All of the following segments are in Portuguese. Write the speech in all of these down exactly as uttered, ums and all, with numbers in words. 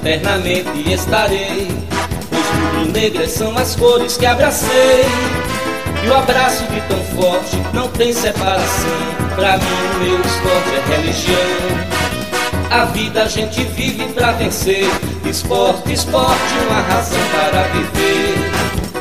eternamente estarei, pois rubro-negras são as cores que abracei. E o abraço de tão forte não tem separação. Pra mim o meu esporte é religião. A vida a gente vive pra vencer. Esporte, esporte, uma razão para viver.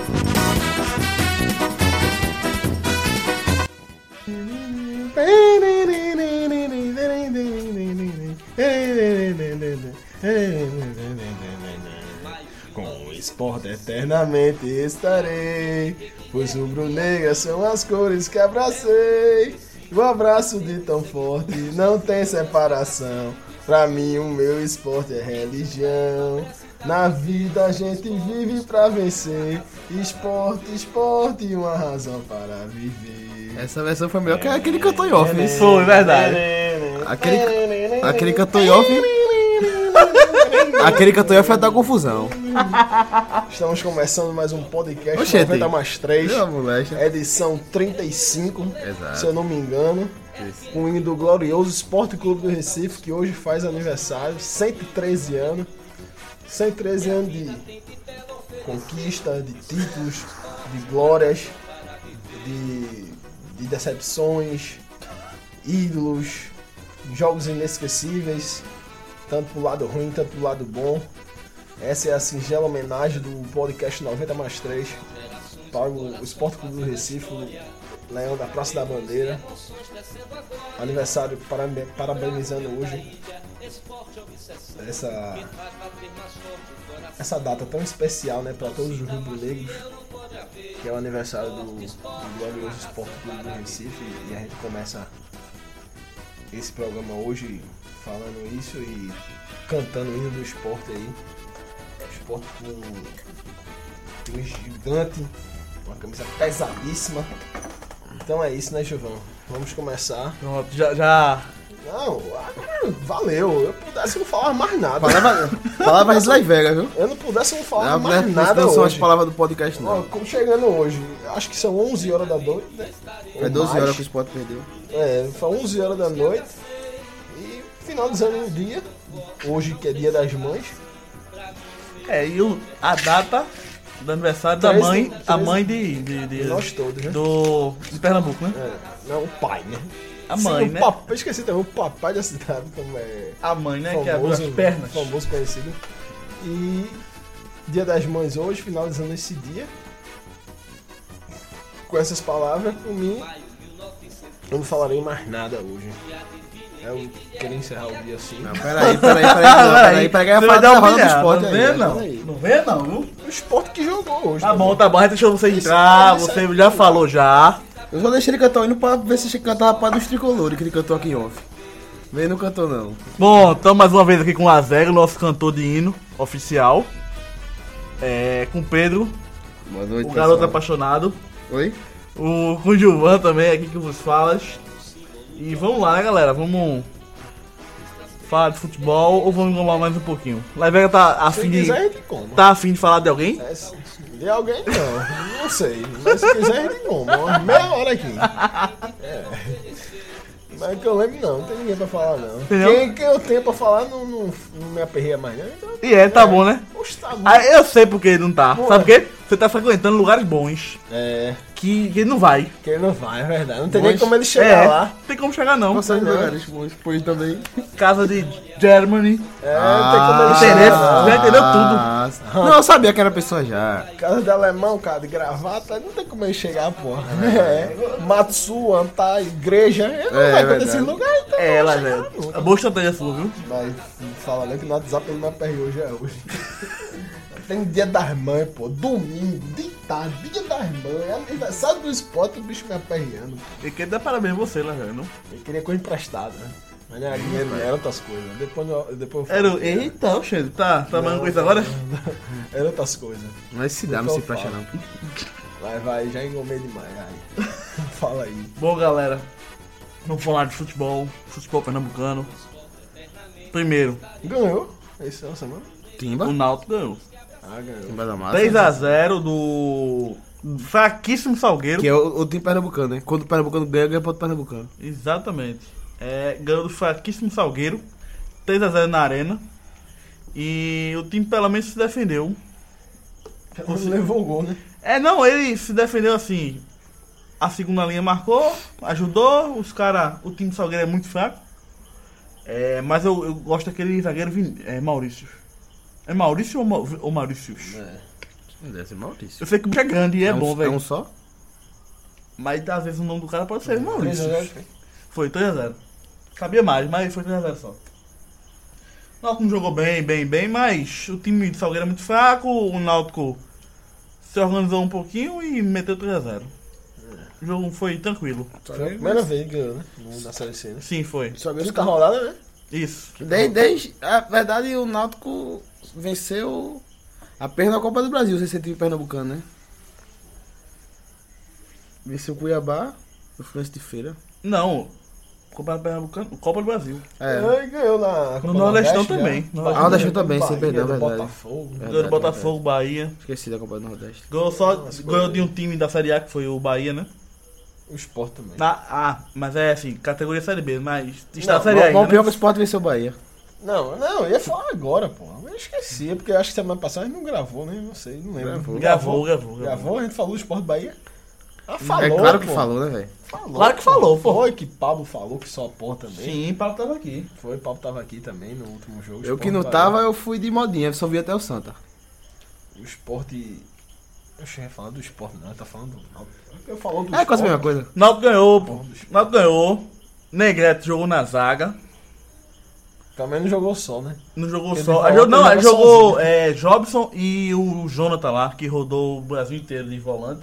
Com o esporte eternamente estarei, pois rubro-negras são as cores que abracei. O abraço de tão forte não tem separação. Pra mim o meu esporte é religião. Na vida a gente vive pra vencer. Esporte, esporte, uma razão para viver. Essa versão foi melhor que aquele cantor em off. Isso foi verdade. Aquele, aquele cantor em off. Aquele cantor em off vai dar confusão. Estamos começando mais um podcast Oxente. noventa mais três, Meu moleque. edição trinta e cinco, Exato. se eu não me engano, com o hino do glorioso Esporte Clube do Recife, que hoje faz aniversário, cento e treze anos, cento e treze anos de conquista, de títulos, de glórias, de, de decepções, ídolos, jogos inesquecíveis, tanto pro lado ruim, tanto pro lado bom. Essa é a singela homenagem do podcast noventa mais três para o Esporte Clube do Recife, o Leão da Praça da Bandeira. Aniversário, parabenizando hoje essa, essa data tão especial, né, para todos os rubro-negros, que é o aniversário do, do glorioso Esporte Clube do Recife. E a gente começa esse programa hoje falando isso e cantando o hino do esporte aí. Esporte com um time gigante, uma camisa pesadíssima. Então é isso, né, Giovão? Vamos começar. Pronto, já, já... Não, valeu. Eu pudesse não falar mais nada. Palavra, palavras Las Vegas, viu? Eu não pudesse não falar Não, mais não, nada não são as hoje. palavras do podcast, não. Ó, como chegando hoje, acho que são onze horas da noite, né? Ou É doze mais. horas que o Sport perdeu. É, foi onze horas da noite. E finalizando o dia, hoje que é dia das mães. É, e o, a data do aniversário da Treze, mãe, a treze. mãe de, de, de, Nós todos, né? do, de Pernambuco, né? É, não, o pai, né? A mãe, Sim, o né? papai, eu esqueci também, o papai da cidade, como é A mãe, né? famoso, que abriu as pernas. famoso conhecido. E dia das mães hoje, finalizando esse dia. Com essas palavras, por mim, eu não falarei mais nada hoje. Eu queria encerrar o dia assim. Não, peraí, peraí, peraí. Não, peraí, peraí, Você peraí. vai dar uma roda do opinião, Sport não aí. vê né? não, Peraí. não vê não, viu? O esporte que jogou hoje. Tá também. bom, tá bom, a gente deixou você entrar, isso você aí. já falou já. Eu só deixei ele cantar o hino pra ver se ele cantava a paz dos tricolores, que ele cantou aqui em off. Vem, não cantou não. Bom, estamos mais uma vez aqui com o Azego, nosso cantor de hino oficial. É, com o Pedro, Boa noite, o garoto pessoal. apaixonado. Oi? O, com o Gilvan também, aqui que vos falas. E vamos lá, né, galera? Vamos falar de futebol ou vamos engolar mais um pouquinho? Las Vegas tá a Se fim de, quiser, a gente como. tá a fim de falar de alguém? É, se- de alguém não, não sei. Mas se quiser, a gente como. Uma meia hora aqui. É. Mas que eu lembro não, não tem ninguém pra falar não. Entendeu? Quem, quem eu tenho pra falar não, não, não me aperreia mais não. Então, E é, tá bom, né? poxa, tá bom. Ah, eu sei porque ele não tá. Pô. Sabe por quê? Você tá frequentando lugares bons É, que, que ele não vai. que ele não vai, é verdade. Não tem Bons. nem como ele chegar é, lá. não tem como chegar não. Consegue não. lugares bons, pois também. Casa de Germany. É, não tem como ele entendeu? chegar lá. Já entendeu tudo. Ah, não, eu sabia que era pessoa já. Casa de alemão, cara, de gravata, não tem como ele chegar, porra. É. Matsu, Antai, igreja, ele não É, vai é pra esse verdade. lugar, então. É, não lá, vai chegar velho. nunca. A boa estratégia sua, viu? Mas fala né, que no WhatsApp ele me aperreou já hoje. Tem dia das mães, pô, domingo, de tarde, dia das mães, é aniversário do esporte, o bicho me aperreando. E quer dar parabéns a você, lá, velho. não? Eu queria coisa emprestada, né? Mas não era dinheiro, não era outras coisas. Depois eu, depois eu Era falo. o... Eita, oxente, tá trabalhando com isso agora? Era outras coisas. Mas se dá, não se presta não. Vai, vai, já engomei demais. Aí. Fala aí. Bom, galera, vamos falar de futebol, futebol pernambucano. Primeiro, Ganhou? Esse é o semana? Timba? o Náutico ganhou. Ah, ganhou. Timba da massa. três a zero do fraquíssimo Salgueiro. Que é o, o time pernambucano, né? Quando o pernambucano ganha, ganha pro outro pernambucano. Exatamente. É, ganhou do fraquíssimo Salgueiro. três a zero na arena. E o time pelo menos se defendeu. Ele levou o gol, né? É, não, ele se defendeu assim. A segunda linha marcou, ajudou, os caras. O time do Salgueiro é muito fraco. É, mas eu, eu gosto daquele zagueiro Vin, é, Maurício. É Maurício ou, Ma, ou Maurício? É. Deve ser Maurício. Eu sei que o bicho é grande e é, é um, bom, velho. É um só? Mas às vezes o nome do cara pode ser Maurício. três a zero. Foi três a zero. Sabia mais, mas foi três a zero só. O Náutico não jogou bem, bem, bem, mas o time do Salgueiro é muito fraco, o Náutico se organizou um pouquinho e meteu três a zero. O jogo foi tranquilo. Foi a primeira vez que ganhou, né? Na Série C, né? Sim, foi. Só mesmo Quinta rodada, né? Isso. Desde, desde, a verdade, o Náutico venceu apenas na Copa do Brasil, esse time pernambucano, né? Venceu o Cuiabá, o Fluminense de Feira. Não, Copa do Pernambucano, Copa do Brasil. É. Ele ganhou na Copa No Nordestão Nordeste, também. né? No Bahia, Nordestão também, Bahia, sem perdão, do verdade. Botafogo. Verdade, Ganhou do Botafogo, Bahia. Esqueci da Copa do Nordeste. Ganhou só Nossa, ganhou foi. de um time da Série A que foi o Bahia, né? O Sport também. Na, ah, mas é assim, categoria Série B, mas está Não, na Série A O ainda. pior Né? que o Sport venceu o Bahia. Não, não, eu ia falar agora, pô. Eu esqueci, porque eu acho que semana passada a gente não gravou, né? Não sei, não lembro. Gravou. Gravou, gravou, gravou. Gravou, a gente falou do Sport Bahia? Ah, falou, É claro que pô. falou, né, velho? Falou, Claro que falou, pô. Foi que Pablo falou que só a porra também. Sim, Paulo tava aqui. Foi, o Pablo tava aqui também no último jogo. Eu Sport que não Bahia. tava, eu fui de modinha, só vi até o Santa. O Sport... Eu cheguei a falar do Sport, não, tá falando do... Eu falo do É quase a mesma Sport. coisa. Náutico ganhou, pô. Porra do Sport. Náutico ganhou. Negrete jogou na zaga. Também não jogou só, né? Não jogou Ele só. volta, Aí jogou- não, ele aí joga jogou sozinho. é, Jobson e o Jonathan lá, que rodou o Brasil inteiro de volante.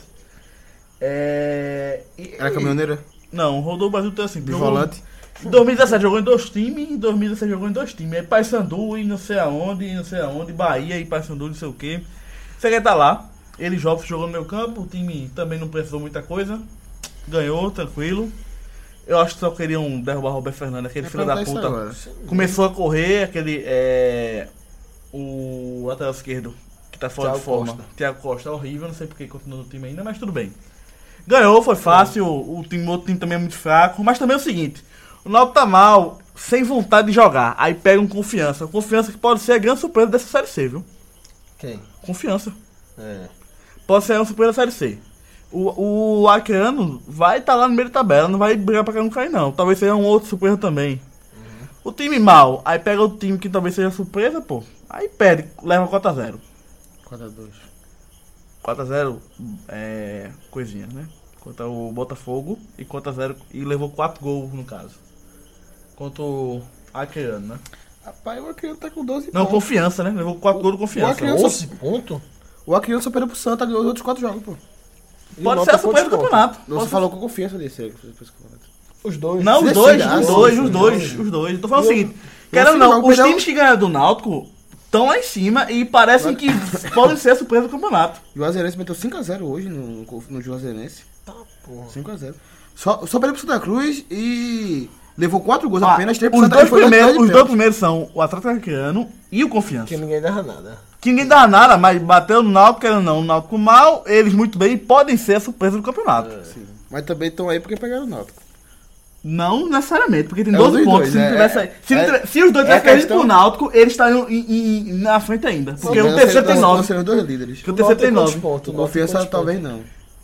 É. e- Era e- caminhoneira? Não, rodou o Brasil inteiro assim. De jogou- volante? Em dois mil e dezessete jogou em dois times, em dois mil e dezessete jogou em dois times. Aí Paysandu e não sei aonde, e não sei aonde, Bahia e Paysandu, não sei o que. Você quer tá lá. Ele Jobson jogou no meu campo, o time também não precisou muita coisa. Ganhou, tranquilo. Eu acho que só queriam derrubar o Roberto Fernandes, aquele Eu filho da perguntar isso puta. agora. Começou a correr, aquele. É, o lateral esquerdo, que tá fora Thiago de forma. Costa. Thiago Costa, horrível, não sei porque continua no time ainda, mas tudo bem. Ganhou, foi fácil, o, time, o outro time também é muito fraco, mas também é o seguinte, o Náutico tá mal, sem vontade de jogar, aí pega um Confiança. Confiança que pode ser a grande surpresa dessa Série C, viu? Quem? Confiança. É. Pode ser uma surpresa da Série C. O, o Acreano vai estar tá lá no meio da tabela, não vai brigar pra cá não cair não. Talvez seja um outro surpresa também. Uhum. O time mal, aí pega o time que talvez seja surpresa, pô. Aí perde, leva quatro a zero. quatro a dois. quatro a zero, é. coisinha, né? Contra o Botafogo e quatro a zero e levou quatro gols no caso. Contra o Acreano, né? Rapaz, o Acreano tá com doze Não, pontos. Confiança, né? Levou quatro gols do Confiança. Acreano- doze pontos? O Acreano só perdeu pro Santa, ganhou os outros quatro jogos, pô. E o Pode Náutico ser a surpresa do quantos pontos? campeonato. Não, Pode você ser- falou com confiança desse aí. Os dois. Não, os Se dois, decide, os ah, dois, sim, os sim, dois, sim. os dois. Eu tô falando o Eu- seguinte, querendo ou final, não, os perdeu- times que ganharam do Náutico estão lá em cima e parecem que podem ser a surpresa do campeonato. O Juazeirense meteu cinco a zero hoje no, no Juazeirense. Tá, porra. cinco a zero. Só, só perdeu pro Santa Cruz e levou quatro gols Ah, apenas, três pro os Santa dois Cruz. foi primeiros, dois os de dois pênalti. primeiros são o Atlético Acreano e o Confiança. Que ninguém dava nada. Que ninguém dá nada, mas bateu no Náutico, querendo ou não, o Náutico mal, eles muito bem, podem ser a surpresa do campeonato. Sim. Mas também estão aí porque pegaram o Náutico. Não necessariamente, porque tem É doze os pontos. dois, Se, não é, tivesse, é, se, não é, tivesse- se os dois é a tivessem perdido questão- pro Náutico, eles estariam em- em- em- na frente ainda. Porque Não, o terceiro tem não, nove. Não seriam os dois líderes. Porque o terceiro tem quantos nove. pontos? O Náutico tem Confiança quantos talvez pontos? não.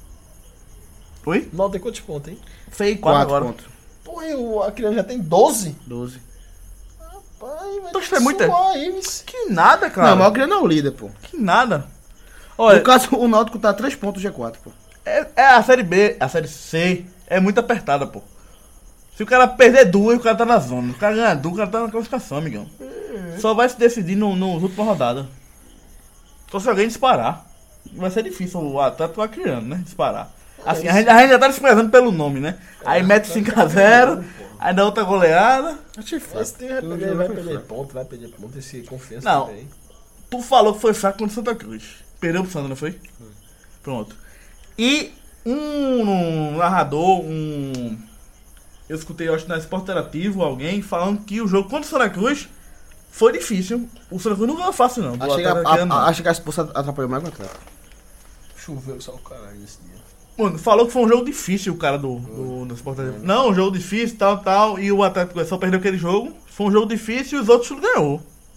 Oi? Não tem quantos pontos, hein? Fei quatro quatro agora. pontos. Pô, e o Acreano já tem doze? doze. Pai, vai Então, ter isso é que muita- suar aí, vice. Que nada, cara. Não, mas o Acreano é o líder, pô. Que nada. Olha, No caso, o Náutico tá a três pontos do G quatro, pô. é, é a série B, a série C é muito apertada, pô. Se o cara perder duas, o cara tá na zona. Se o cara ganhar duas, o cara tá na classificação, amigão. Só vai se decidir no, no última rodada. Só se alguém disparar. Vai ser difícil o Atlético vai criando, né? Disparar. Assim, a gente, a gente já tá desprezando pelo nome, né? Aí mete cinco a zero, aí dá outra goleada. Achei Esse fácil. time vai O perder, jogo vai foi perder fraco. ponto, vai perder ponto. Esse confiança Não. também. Tu falou que foi fraco contra o Santa Cruz. Perdeu pro Santa, não foi? Pronto. E um narrador, um... Eu escutei, eu acho, na Esporte Interativo, alguém falando que o jogo contra o Santa Cruz foi difícil. O Santa Cruz não ganhou fácil, não. Do Acho que, a, Atlético a, Acreano, não. a, acho que a expulsão atrapalhou mais que o Atlético. Choveu só o caralho esse dia. Mano, falou que foi um jogo difícil, o cara do, do, do Esporte Interativo. Não, um jogo difícil, tal, tal. E o Atlético só perdeu aquele jogo. Foi um jogo difícil e os outros ganhou.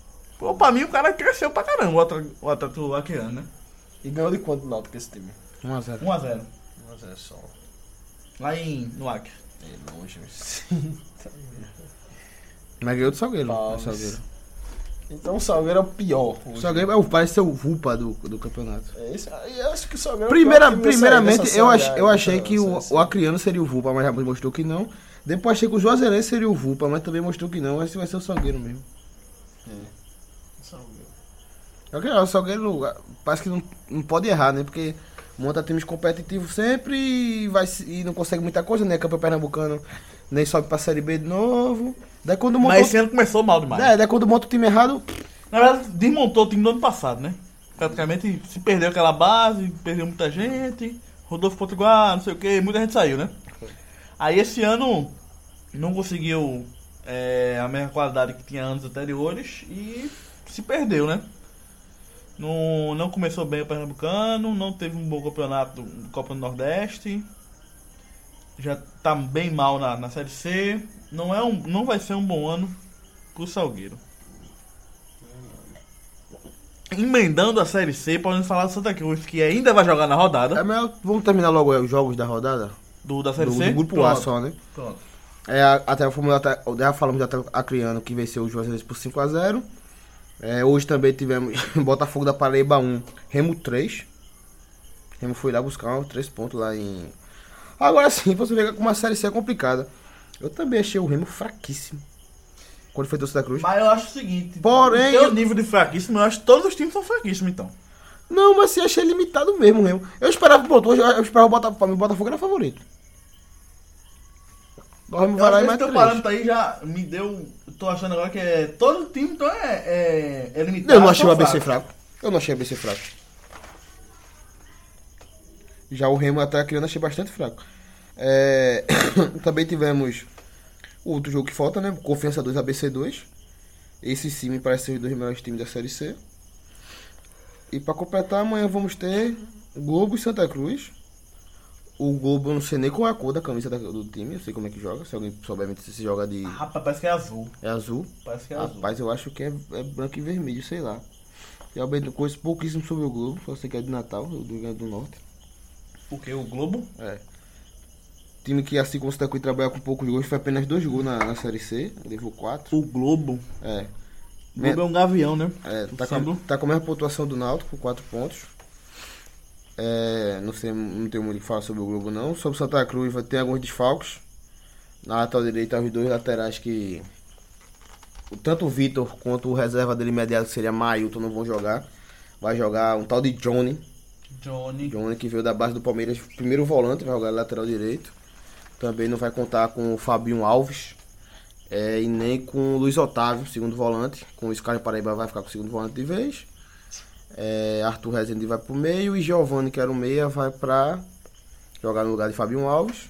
Pô, pra mim o cara cresceu pra caramba, o atleta, o atleta do Acreano, né? E ganhou de quanto Náutico esse time? um a zero. um a zero. um a zero só. Lá em, no Acre. É longe, sim. Mas ganhou do Salgueiro. Palmas. O Salgueiro. Então o Salgueiro é o pior. O Salgueiro é o, parece ser o Vulpa do, do campeonato. É isso? Eu acho que o Salgueiro Primeira, é o pior time primeiramente, dessa eu, série, ach, eu dessa- achei que o, dessa- o Acreano seria o Vulpa, mas já mostrou que não. Depois achei que o Juazeirense seria o Vulpa, mas também mostrou que não. Esse vai ser o Salgueiro mesmo. Salgueiro. Eu quero, o Salgueiro parece que não, não pode errar, né? Porque monta times competitivos sempre e, vai, se- e não consegue muita coisa, né? Campeão Pernambucano nem sobe pra Série B de novo. Daí quando monta, Mas esse ano começou mal demais. é, daí quando monta o time errado, Na verdade, desmontou o time do ano passado, né? Praticamente se perdeu aquela base, perdeu muita gente. Rodolfo Potiguar, não sei o que, muita gente saiu, né? Aí esse ano não conseguiu é, a mesma qualidade que tinha anos anteriores e se perdeu, né? Não, não começou bem o Pernambucano, não teve um bom campeonato, Copa do Nordeste. Já tá bem mal na, na Série C. Não, é um, não vai ser um bom ano pro Salgueiro. Emendando a Série C, podemos falar do Santa Cruz, que ainda vai jogar na rodada é melhor, vamos terminar logo os jogos da rodada? do, da Série Do, C. do grupo A Pronto, só, né? pronto. É, a- até fomos até, já falamos até Acreano que venceu o Juazeirense por cinco a zero. É, hoje também tivemos Botafogo da Paraíba um, Remo três. Remo foi lá buscar três pontos lá em. Agora sim, você vê que uma série C é complicada. Eu também achei o Remo fraquíssimo quando foi do Santa Cruz. Mas eu acho o seguinte, Porém, o teu eu- nível de fraquíssimo, eu acho que todos os times são fraquíssimos, então. Não, mas sim, achei limitado mesmo o Remo. Eu esperava, pronto, hoje eu esperava o Botafogo, pra mim o Botafogo era favorito. O Remo vai lá e Esse mais teu três. parâmetro aí já me deu. Tô achando agora que é. Todo time então é, é, é limitado. Eu não achei o só A B C fraco. fraco. Eu não achei o A B C fraco. Já o Remo até criando achei bastante fraco. É, também tivemos o outro jogo que falta, né? Confiança dois, A B C dois. Esse sim me parece ser os dois melhores times da Série C. E pra completar, amanhã vamos ter Globo e Santa Cruz. O Globo, eu não sei nem qual é a cor da camisa da- do time, eu sei como é que joga. Se alguém souber se se joga de. Rapaz, parece que é azul. É azul. Parece que é azul. Rapaz, eu acho que é, é branco e vermelho, sei lá. Realmente não conheço pouquíssimo sobre o Globo, só sei que é de Natal, do Rio Grande do Norte. O que? O Globo? É. Time que, assim como o Santa Cruz trabalha com poucos gols, foi apenas dois gols na, na Série C, levou quatro. O Globo. É. O Globo é um gavião, né? É, tá, O com a, símbolo. tá com a mesma pontuação do Náutico, com quatro pontos. É, não sei, não tenho muito o que falar sobre o Globo não. Sobre o Santa Cruz, vai ter alguns desfalques. Na lateral direita, os dois laterais que... Tanto o Vitor quanto o reserva dele imediato, que seria Mailton, não vão jogar. Vai jogar um tal de Johnny. Johnny. Johnny, que veio da base do Palmeiras, primeiro volante, vai jogar lateral direito. Também não vai contar com o Fabinho Alves. É, e nem com o Luiz Otávio, segundo volante. Com o Scarpa Paraíba vai ficar com o segundo volante de vez. É, Arthur Rezende vai pro meio. E Giovanni, que era o meia, vai pra jogar no lugar de Fabinho Alves.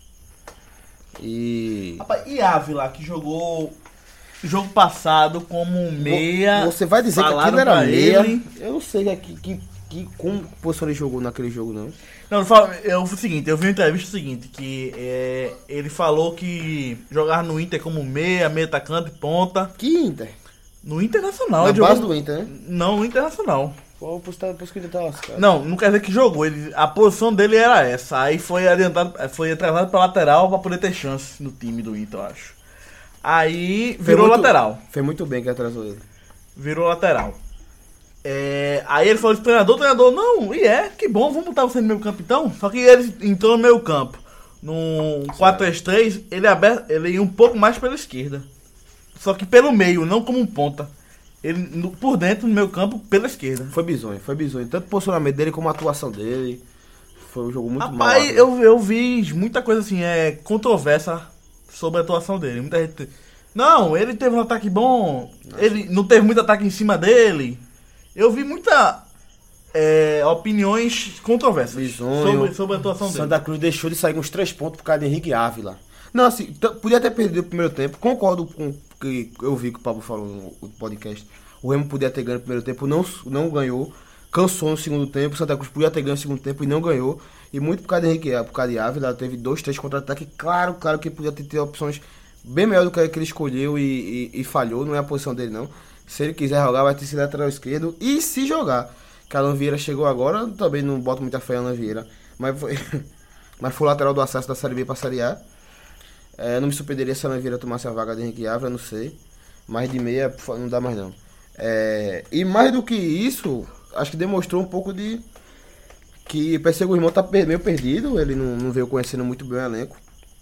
E... Rapaz, e Ávila, que jogou jogo passado como um meia. Você vai dizer que falaram aquilo era pra meia? ele. Eu não sei que, que, que como posição ele jogou naquele jogo, não. Não, eu falo, eu, o seguinte, eu vi uma entrevista o seguinte, que é, ele falou que jogar no Inter como meia, meia atacante, ponta. Que Inter? No Internacional, Na ele base jogou. do Inter, né? Não, no Internacional. Pô, por isso que ele tá lascado. Não, não quer dizer que jogou. Ele, a posição dele era essa. Aí foi adiantado, foi atrasado pra lateral pra poder ter chance no time do Inter, eu acho. Aí Foi virou muito- lateral. Foi muito bem que atrasou ele. Virou lateral. É, aí ele falou pro treinador, o treinador, não, e é, que bom, vamos botar você no meio campo então. Só que ele entrou no meio campo. No quatro três três, ele, aberto, ele ia um pouco mais pela esquerda. Só que pelo meio, não como um ponta. Ele no- por dentro, no meio campo, pela esquerda. Foi bizonho, foi bizonho. Tanto o posicionamento dele como a atuação dele. Foi um jogo muito mal. Rapaz, eu, eu vi muita coisa assim, é, controversa sobre a atuação dele. Muita gente. Não, ele teve um ataque bom, ele não teve muito ataque em cima dele. Eu vi muita é, opiniões controversas Bizonho. sobre, sobre a atuação dele. Santa Cruz deixou de sair uns três pontos por causa de Henrique Ávila. Não, assim, t- podia ter perdido o primeiro tempo. Concordo com o que eu vi que o Pablo falou no no podcast. O Remo podia ter ganho no primeiro tempo, não, não ganhou. Cansou no segundo tempo. Santa Cruz podia ter ganho no segundo tempo e não ganhou. E muito por causa de Henrique Ávila, por causa de Ávila. Teve dois, três contra-ataques. Claro, claro que podia ter, ter opções bem melhor do que a que ele escolheu e, e- e falhou. Não é a posição dele, não. Se ele quiser jogar, vai ter esse lateral esquerdo. E se jogar, que Alan Vieira chegou agora, eu também não boto muita fé em Alan Vieira. Mas foi, mas foi o lateral do acesso da Série B pra Série A. É, não me surpreenderia se Alan Vieira tomasse a vaga de Henrique Ávila, não sei. Mais de meia não dá mais não. É, e mais do que isso, acho que demonstrou um pouco de que o P S G Irmão tá meio perdido. Ele não, não veio conhecendo muito bem o elenco.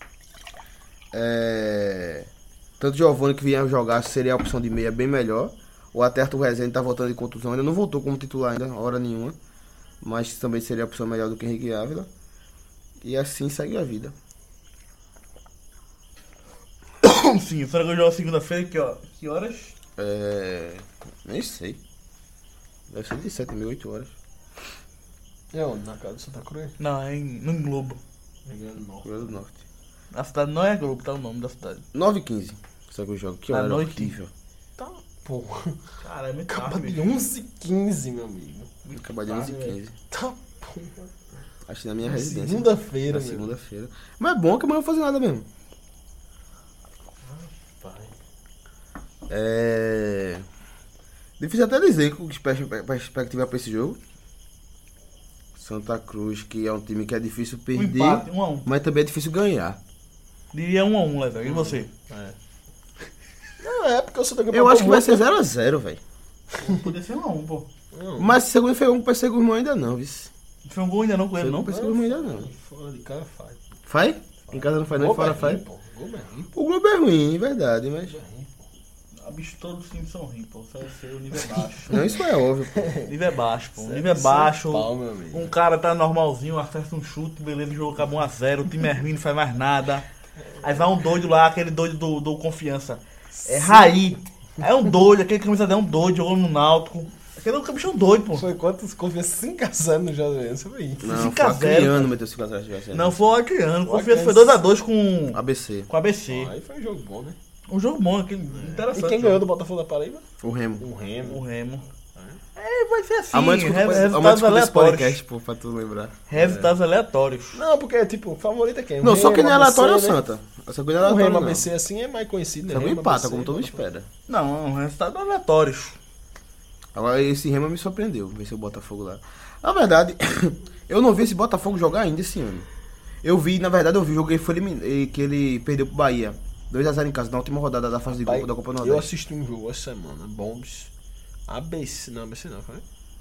É, tanto Giovani que vinha jogar seria a opção de meia bem melhor. O até Arthur Rezende tá voltando de contusão, ainda não voltou como titular ainda, hora nenhuma. Mas também seria a opção melhor do que Henrique Ávila. E assim segue a vida. Sim, será que eu jogo segunda-feira? Que, ó, que horas? É. Nem sei. Deve ser de sete mil, oito horas. É onde? Na casa do Santa Cruz? Não, é em, no Globo. Rio do Norte. Rio do Norte. A cidade não é Globo, tá o nome da cidade. nove e quinze. Só que eu jogo. Que À hora noite. horrível. Tá, porra. Cara, é muito Acaba tarde, de bicho. onze e quinze, meu amigo. Acabar de onze e quinze. Tá, porra. Acho que na minha residência. Segunda-feira, Na meu. segunda-feira. Mas é bom que amanhã eu não vou fazer nada mesmo. Vai. É. Difícil até dizer que a perspectiva pra esse jogo. Santa Cruz, que é um time que é difícil Um perder, empate, um a um. mas também é difícil ganhar. Diria um a um, Lezão. E você? É. Não, é porque o Santa Cruz Eu acho que vai ser muito, zero a zero, velho. Podia ser um a um, pô. Não, Mas segunda foi um pra ser irmão ainda não, vice. Foi um gol ainda não com ele, não? Foi um ainda não. Fora de casa faz. Faz? Em casa não faz não, e Globo fora é faz. ruim, pô. Globo é ruim, O Globo é ruim, verdade, mas. A bicho, todos os times são ruins, pô. Só ser o nível é baixo. Não, isso é óbvio, pô. O nível é baixo, pô. O nível é baixo. Pau, meu amigo. Um cara tá normalzinho, acerta um chute, beleza, o jogo acabou um a zero, o time é ruim, não faz mais nada. Aí vai um doido lá, aquele doido do, do Confiança. É Raí. É um doido, aquele camisa é um doido, jogou no Náutico. Aquele bicho é um doido, pô. Foi quantos confiança? cinco a zero no Jazeirense, foi. Não, cinco foi a zero, Acriano meteu cinco a zero de Jacena. Não, foi o Adriano. O Confiança foi Adriano- dois a dois com, A B C. com a B C. Aí foi um jogo bom, né? Um jogo bom, aquele E interessante. quem ganhou do Botafogo da Paraíba? O Remo. O Remo. O Remo. É, vai ser assim. Amanhã escuta re- amanhã resultados escuta esse aleatórios. podcast, pô, pra tu lembrar. Resultados aleatórios. Não, porque, tipo, o favorito é quem? O Não, só Remo, que não é A B C, aleatório é o né? Santa. Só que não é O aleatório Remo não. A B C assim é mais conhecido, né? Também Remo, empata, A B C, como todo mundo Botafogo. espera. Não, resultados aleatórios. Agora esse Remo me surpreendeu, ver seu Botafogo lá. Na verdade, eu não vi esse Botafogo jogar ainda esse ano. Eu vi, na verdade, eu vi o jogo que ele, foi elimin- eh, que ele perdeu pro Bahia. dois a zero em casa, na última rodada da fase de Pai, grupo da Copa do eu Nordeste. assisti um jogo essa semana, Bombs, A B C, não, A B C não, foi?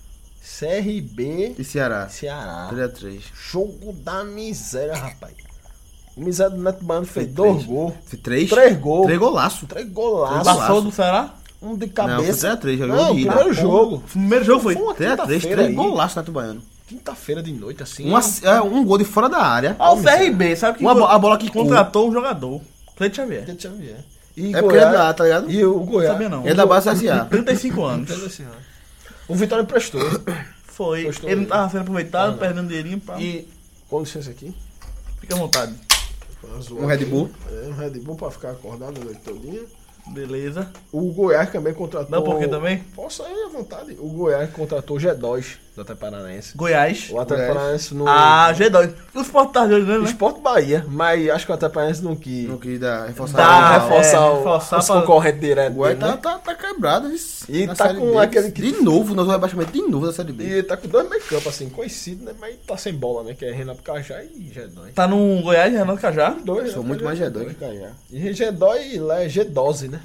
C R B E Ceará. Ceará. três a três. Jogo da miséria, rapaz. O miséria do Neto Baiano fez Foi dois três. gols. Foi três? Três gols. Três golaço. Três golaços. Três Passou do Ceará? Um de Não, foi cabeça. três a três, já Não, ganhou de ida. primeiro jogo. O primeiro jogo foi. Foi uma três a três, quinta-feira três aí. golaço na Tubaiano. Quinta-feira de noite, assim. Um, ass- é, um gol de fora da área. Ah, o C R B, sabe que Uma bo- a bola que contratou um jogador. Cleide Xavier. Deixa eu ver. E É porque é da, tá ligado? E o Goiás. Sabia não. É da base S A. trinta e cinco anos. Entendeu assim, ó. O Vitória emprestou. Foi. Gostou Ele não dele. tava sendo aproveitado, Não, não. perdendo dinheirinho. Pra... E, com licença aqui. Fica à vontade. Um Red Bull. É, um Red Bull pra ficar acordado a noite todinha. Beleza. O Goiás também contratou... Dá um pouquinho também? Posso ir à vontade. O Goiás contratou o G dois do Atlético Paranaense. Goiás. O Atlético Goiás. Paranaense não... Ah, G dois. O Sport tá de olho nele, né? Esporte Bahia, mas acho que o Atlético Paranaense não quis... Não quis dar, reforçar. Dá, a- reforçar, é, o, reforçar os pra- concorrentes direto O Goiás dele, tá, né? tá, tá quebrado, vice. E Na tá Série com B, aquele que- De novo, nós vamos rebaixamento de novo da Série B. E tá com dois meio campo, assim, conhecido, né? Mas tá sem bola, né? Que é Renato Cajá e G dois. Tá no Goiás, Renato Cajá. Dois, Sou né? muito mais G dois que Cajá. E G dois lá é G doze, né?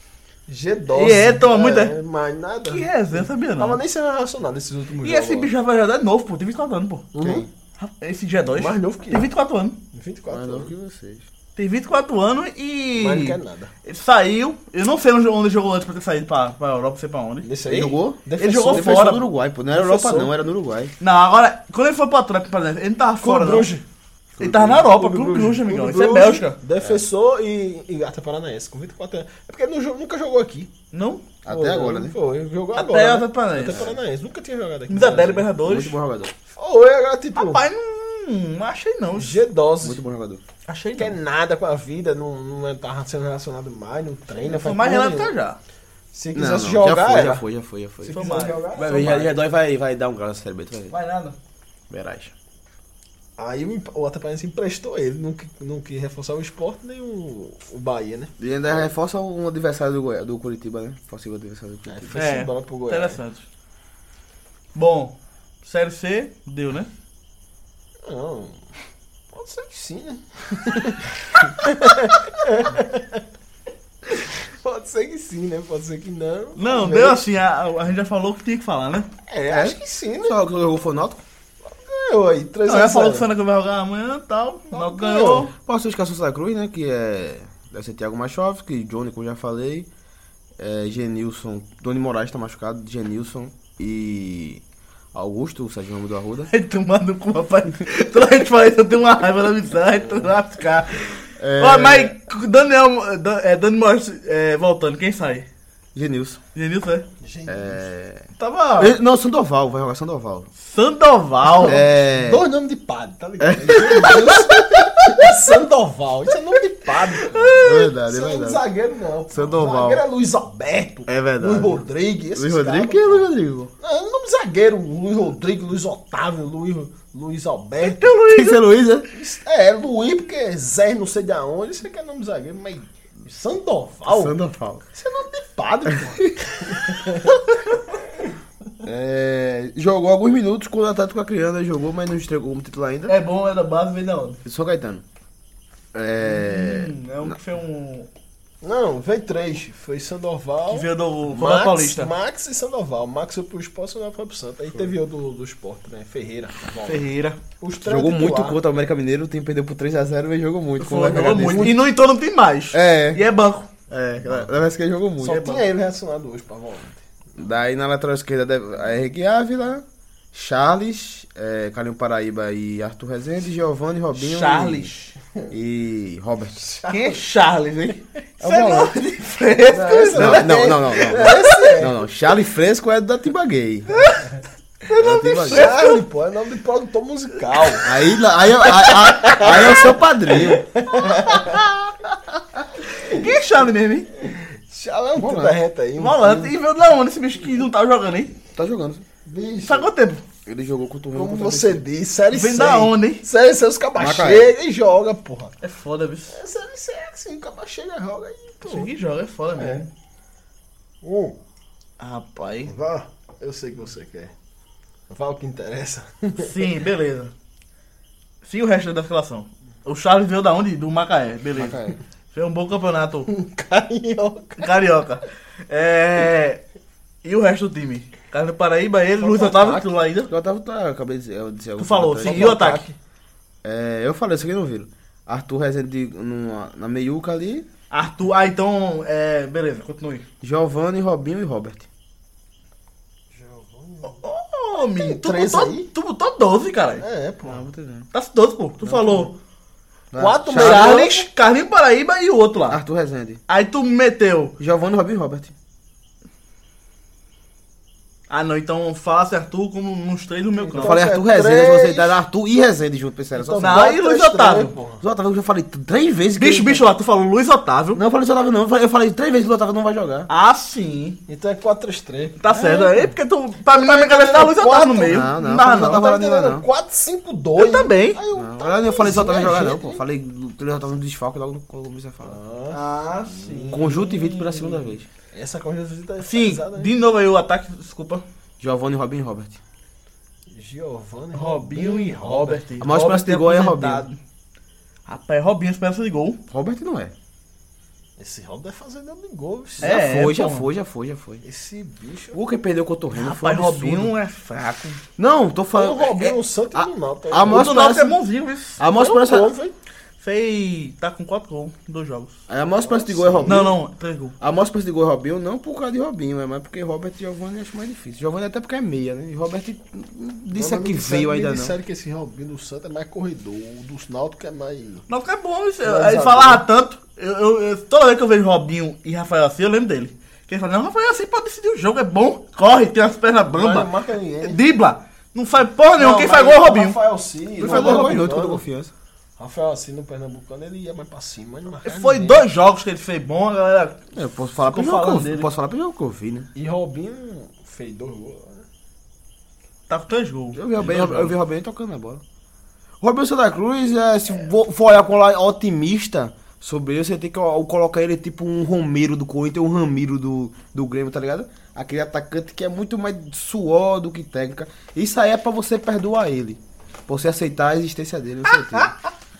G doze. E é, toma muita- Mas nada. Que resenha, sabia Tava não. nem sendo relacionado esses últimos E jogos. esse bicho já vai jogar de novo, pô. Tem vinte e quatro anos, pô. Quem? Esse G dois. Mais novo que Tem eu. vinte e quatro anos. vinte e quatro Mais novo anos. que vocês. Tem vinte e quatro anos e. Mas não quer nada. Ele saiu. Eu não sei onde ele jogou antes pra ter saído pra, pra Europa, não sei pra onde. Nesse Ele aí? jogou? Defensor. Ele jogou Defensor fora. do Uruguai, pô. Não era Defensor. Europa não, era no Uruguai. Não, agora, quando ele foi pro Atlético, por exemplo, ele não tava fora, não. Bruges. Ele tava na Europa, Clube Bruges, amigão. Clube Isso é Bruges, Bélgica. Defensor e, e Atlético Paranaense, com vinte e quatro anos. É porque ele não, jo- nunca jogou aqui. Não? Até Foi, agora, né? Foi, jogou Até agora. o né? Atlético Paranaense. Atlético Paranaense. Nunca tinha jogado aqui. Camisa no dela, Brasil. Libertadores. Muito bom jogador. Foi, agora tipo... Rapaz, não, não achei não. G doze. Muito bom jogador. Achei Não quer não. nada com a vida, não, não tá sendo relacionado mais, não treina. Foi faz mais porra Renato nenhuma. Cajá. Se Não, quisesse não, jogar, já foi, era. já foi, já foi, já foi. Se Foi quiser mais. jogar, Vai era. ver, já, já dói, vai, vai dar um grau na Série B, tu vai ver. Vai nada. Verás. Aí o, o Atlético Paranaense emprestou ele, não, qui- não quis reforçar o Sport nem o, o Bahia, né? E ainda reforça um adversário do, Goi- do Curitiba, né? Possível adversário do Aí Curitiba. foi É, embora pro Goiás. interessante. Bom, Série C, deu, né? Não, pode ser que sim, né? Pode ser que sim, né? Pode ser que não. Não, Talvez. deu assim, a, a gente já falou o que tinha que falar, né? É, acho que sim, né? Só que jogou foi o Náutico? Ganhou aí, três Não, a já zero. falou que o Santa Cruz vai jogar amanhã e tal. O Náutico ganhou. ganhou. Posso esquecer o Santa Cruz, né? Que é. Deve ser Thiago Machovski, Johnny, como eu já falei. É, Genilson. Doni Moraes tá machucado. Genilson e. Augusto, o Sérgio Ramos do Arruda. Vai tomar no cu, rapaz. Toda vez que fala isso, eu tenho uma raiva na mensagem, tô lascar. É... Ó, mas Daniel, Dan- é, Dani Morris é, voltando, quem sai? Genilson. Genilson, é? Gente, É... Tava. Ele- Não, Sandoval, vai jogar Sandoval. Sandoval. É. dois nomes de padre, tá ligado? Sandoval, isso é nome de padre. Pô. É verdade, Isso é é nome de verdade. zagueiro, não. pô. Sandoval. Zagueiro é Luiz Alberto. É verdade. Luiz Rodrigues. esses Luiz Rodrigo? caras. Quem é Luiz Rodrigo? Não, é nome de zagueiro. Luiz Rodrigo, Luiz Otávio, Luiz, Luiz Alberto. Tem que ser Luiz, né? Isso- É, Luiz, porque Zé não sei de onde. Isso aqui é nome de zagueiro, mas Sandoval. Sandoval. Isso é nome de padre, pô. É, jogou alguns minutos com o Atlético Acreano, jogou, mas não estreou como titular ainda. É bom, é da base, vem da onde? Só Caetano. É. Hum, é um que foi um. Não, veio três. Foi Sandoval. Que veio do Copa Max, Paulista. Max e Sandoval. Max foi pro Sport, Sandoval foi pro Santa. Aí teve o do, do Sport, né? Ferreira. Volta. Ferreira. Os três Jogou titular. muito contra o América Mineiro, o time perdeu por três a zero, mas jogou muito. com o Foi, América jogou Mineiro. muito. E no entorno tem mais. É. E é banco. É, na vez que ele jogou muito. Só É tinha bom. ele relacionado hoje pra volta. Daí na lateral esquerda, deve- a Henrique Ávila, Charles, é, Carlinhos Paraíba e Arthur Rezende, Giovanni, Robinho. Charles. E, e Robert. Quem é Charles, hein? É o Isso é volante. nome de fresco. Esse Não, é- não, não, não. Esse é. Não, não. Charlie Fresco é da Timba Gay. É da Timba Gay. Charlie, pô, é nome de produtor musical. Aí, aí, aí, aí, aí é o seu padrinho. Quem é Charles mesmo, hein? Charlie é um Volante. da reta aí. um Volante. E veio da onde esse bicho que não tava jogando, hein? Tá jogando. Bicho, Sabe quanto tempo? Ele jogou contra o Remo. como contra o você B C. diz, Série C. Vem da onde, hein? Série C, os cabas Macaé. chegam e jogam, porra. É foda, bicho. É Série C, é assim, o cabas chega e joga e Isso pô. que joga é foda mesmo. Um, Rapaz. vá, eu sei que você quer. Vá o que interessa. Sim, beleza. Sim, o resto da escalação. O Charles veio da onde? Do Macaé, beleza. Macaé. Foi um bom campeonato Carioca. carioca. É... E o resto do time? Carlos Paraíba, ele, Luiz Otávio, ataque. tu lá ainda. Eu Otávio tá, eu acabei de dizer. Eu disse Tu alguma falou, coisa sim. atrás. E o ataque? É, eu falei, isso aqui não viram. Arthur Rezende numa- na meiuca ali. Arthur, ah, então, é... Beleza, continue. Giovanni, Robinho e Robert. Ô, menino, tu três botou, aí? tu botou doze, caralho. É, pô. Não, vou ter não. Tá doze, pô. Tu falou Quatro Charles, Charles, Carlinhos Paraíba e o outro lá. Arthur Rezende. Aí tu meteu... Giovanni, Robinho e Robert. Ah, não, então fala-se Arthur como nos três no meu Eu campo. falei é Arthur Rezende, três. mas você tá Arthur e Rezende junto, pensando. Só Então, Não, bota aí Luiz três, Otávio. três, porra. Os Otávio eu já falei três vezes que. Bicho, bicho lá, tu falou Luiz Otávio. Não, eu falei Otávio não. Eu falei, eu falei três vezes que o Otávio não vai jogar. Ah, sim. Então é quatro três três. Tá certo. Aí porque tu, pra mim na minha cabeça tá Luiz Otávio no meio. Não, não, Não, Luiz não. Otávio Tá lá não, entendendo? não. quatro cinco dois. Eu também. Aí eu, Não, eu não falei só Otávio é jogar, não, gente, pô. hein? Falei o Otávio no desfalque logo no- quando eu comecei a falar. Ah, sim. Conjuntivite pela segunda vez. Essa conjuntivite é Sim, pesada, hein? de novo aí o ataque, desculpa. Giovanni, Robinho e Robert. Giovanni, Robinho e Robert. A maior esperança de gol é aposentado. Rapaz, Robinho, esperança de gol. Robert não é. Esse Robert vai fazer dano de gol. viu? Já É, foi, já pô. foi, já foi, já foi. Esse bicho. O que perdeu contra o Remo foi um Rapaz, absurdo. Robinho é fraco. Não, tô O falando. Robinho, é- o Santos a- e o Náutico. a O maior do Náutico é esperança- bonzinho, viu? A maior Foi um esperança. gol, velho. Fez... Tá com quatro gols em dois jogos. A maior esperança de gol é Robinho. Não, não, três gols. A maior esperança de gol é Robinho, não por causa de Robinho, é mais porque Robert e Giovanni eu acho mais difícil. Giovanni até porque é meia, né? E Robert disse Não, que me disseram- veio me ainda não. disseram que esse Robinho do Santos é mais corredor. O dos Náutico é mais. Náutico é bom, isso. Mas Ele a- falava tanto. Eu, eu- eu- toda vez que eu vejo Robinho e Rafael assim, eu lembro dele. Que ele fala, não, Rafael assim pode decidir o jogo, é bom. Corre, tem as pernas Mas bambas. não marca ninguém. Dribla. Não faz porra nenhuma, Não, quem mas faz gol é o o Robinho. Rafael Sim, Ele no faz gol Robinho, Pernambucano, toda confiança. Rafael assim no Pernambucano, ele ia mais pra cima, mas não marcava Foi ninguém. dois jogos que ele fez bom, a galera. Eu posso falar Ficou pelo jogo que falando eu- dele. posso falar pelo jogo que eu vi, né? E Robinho fez dois gols. né? Tá com três gols. Eu vi o Robinho, eu vi o Robinho tocando na bola. Robinho Santa Cruz, é, se for for olhar com olhar otimista sobre ele, você tem que ó, colocar ele tipo um Romero do Corinthians, um Ramiro do, do Grêmio, tá ligado? Aquele atacante que é muito mais suor do que técnica. Isso aí é pra você perdoar ele. Pra você aceitar a existência dele, com certeza.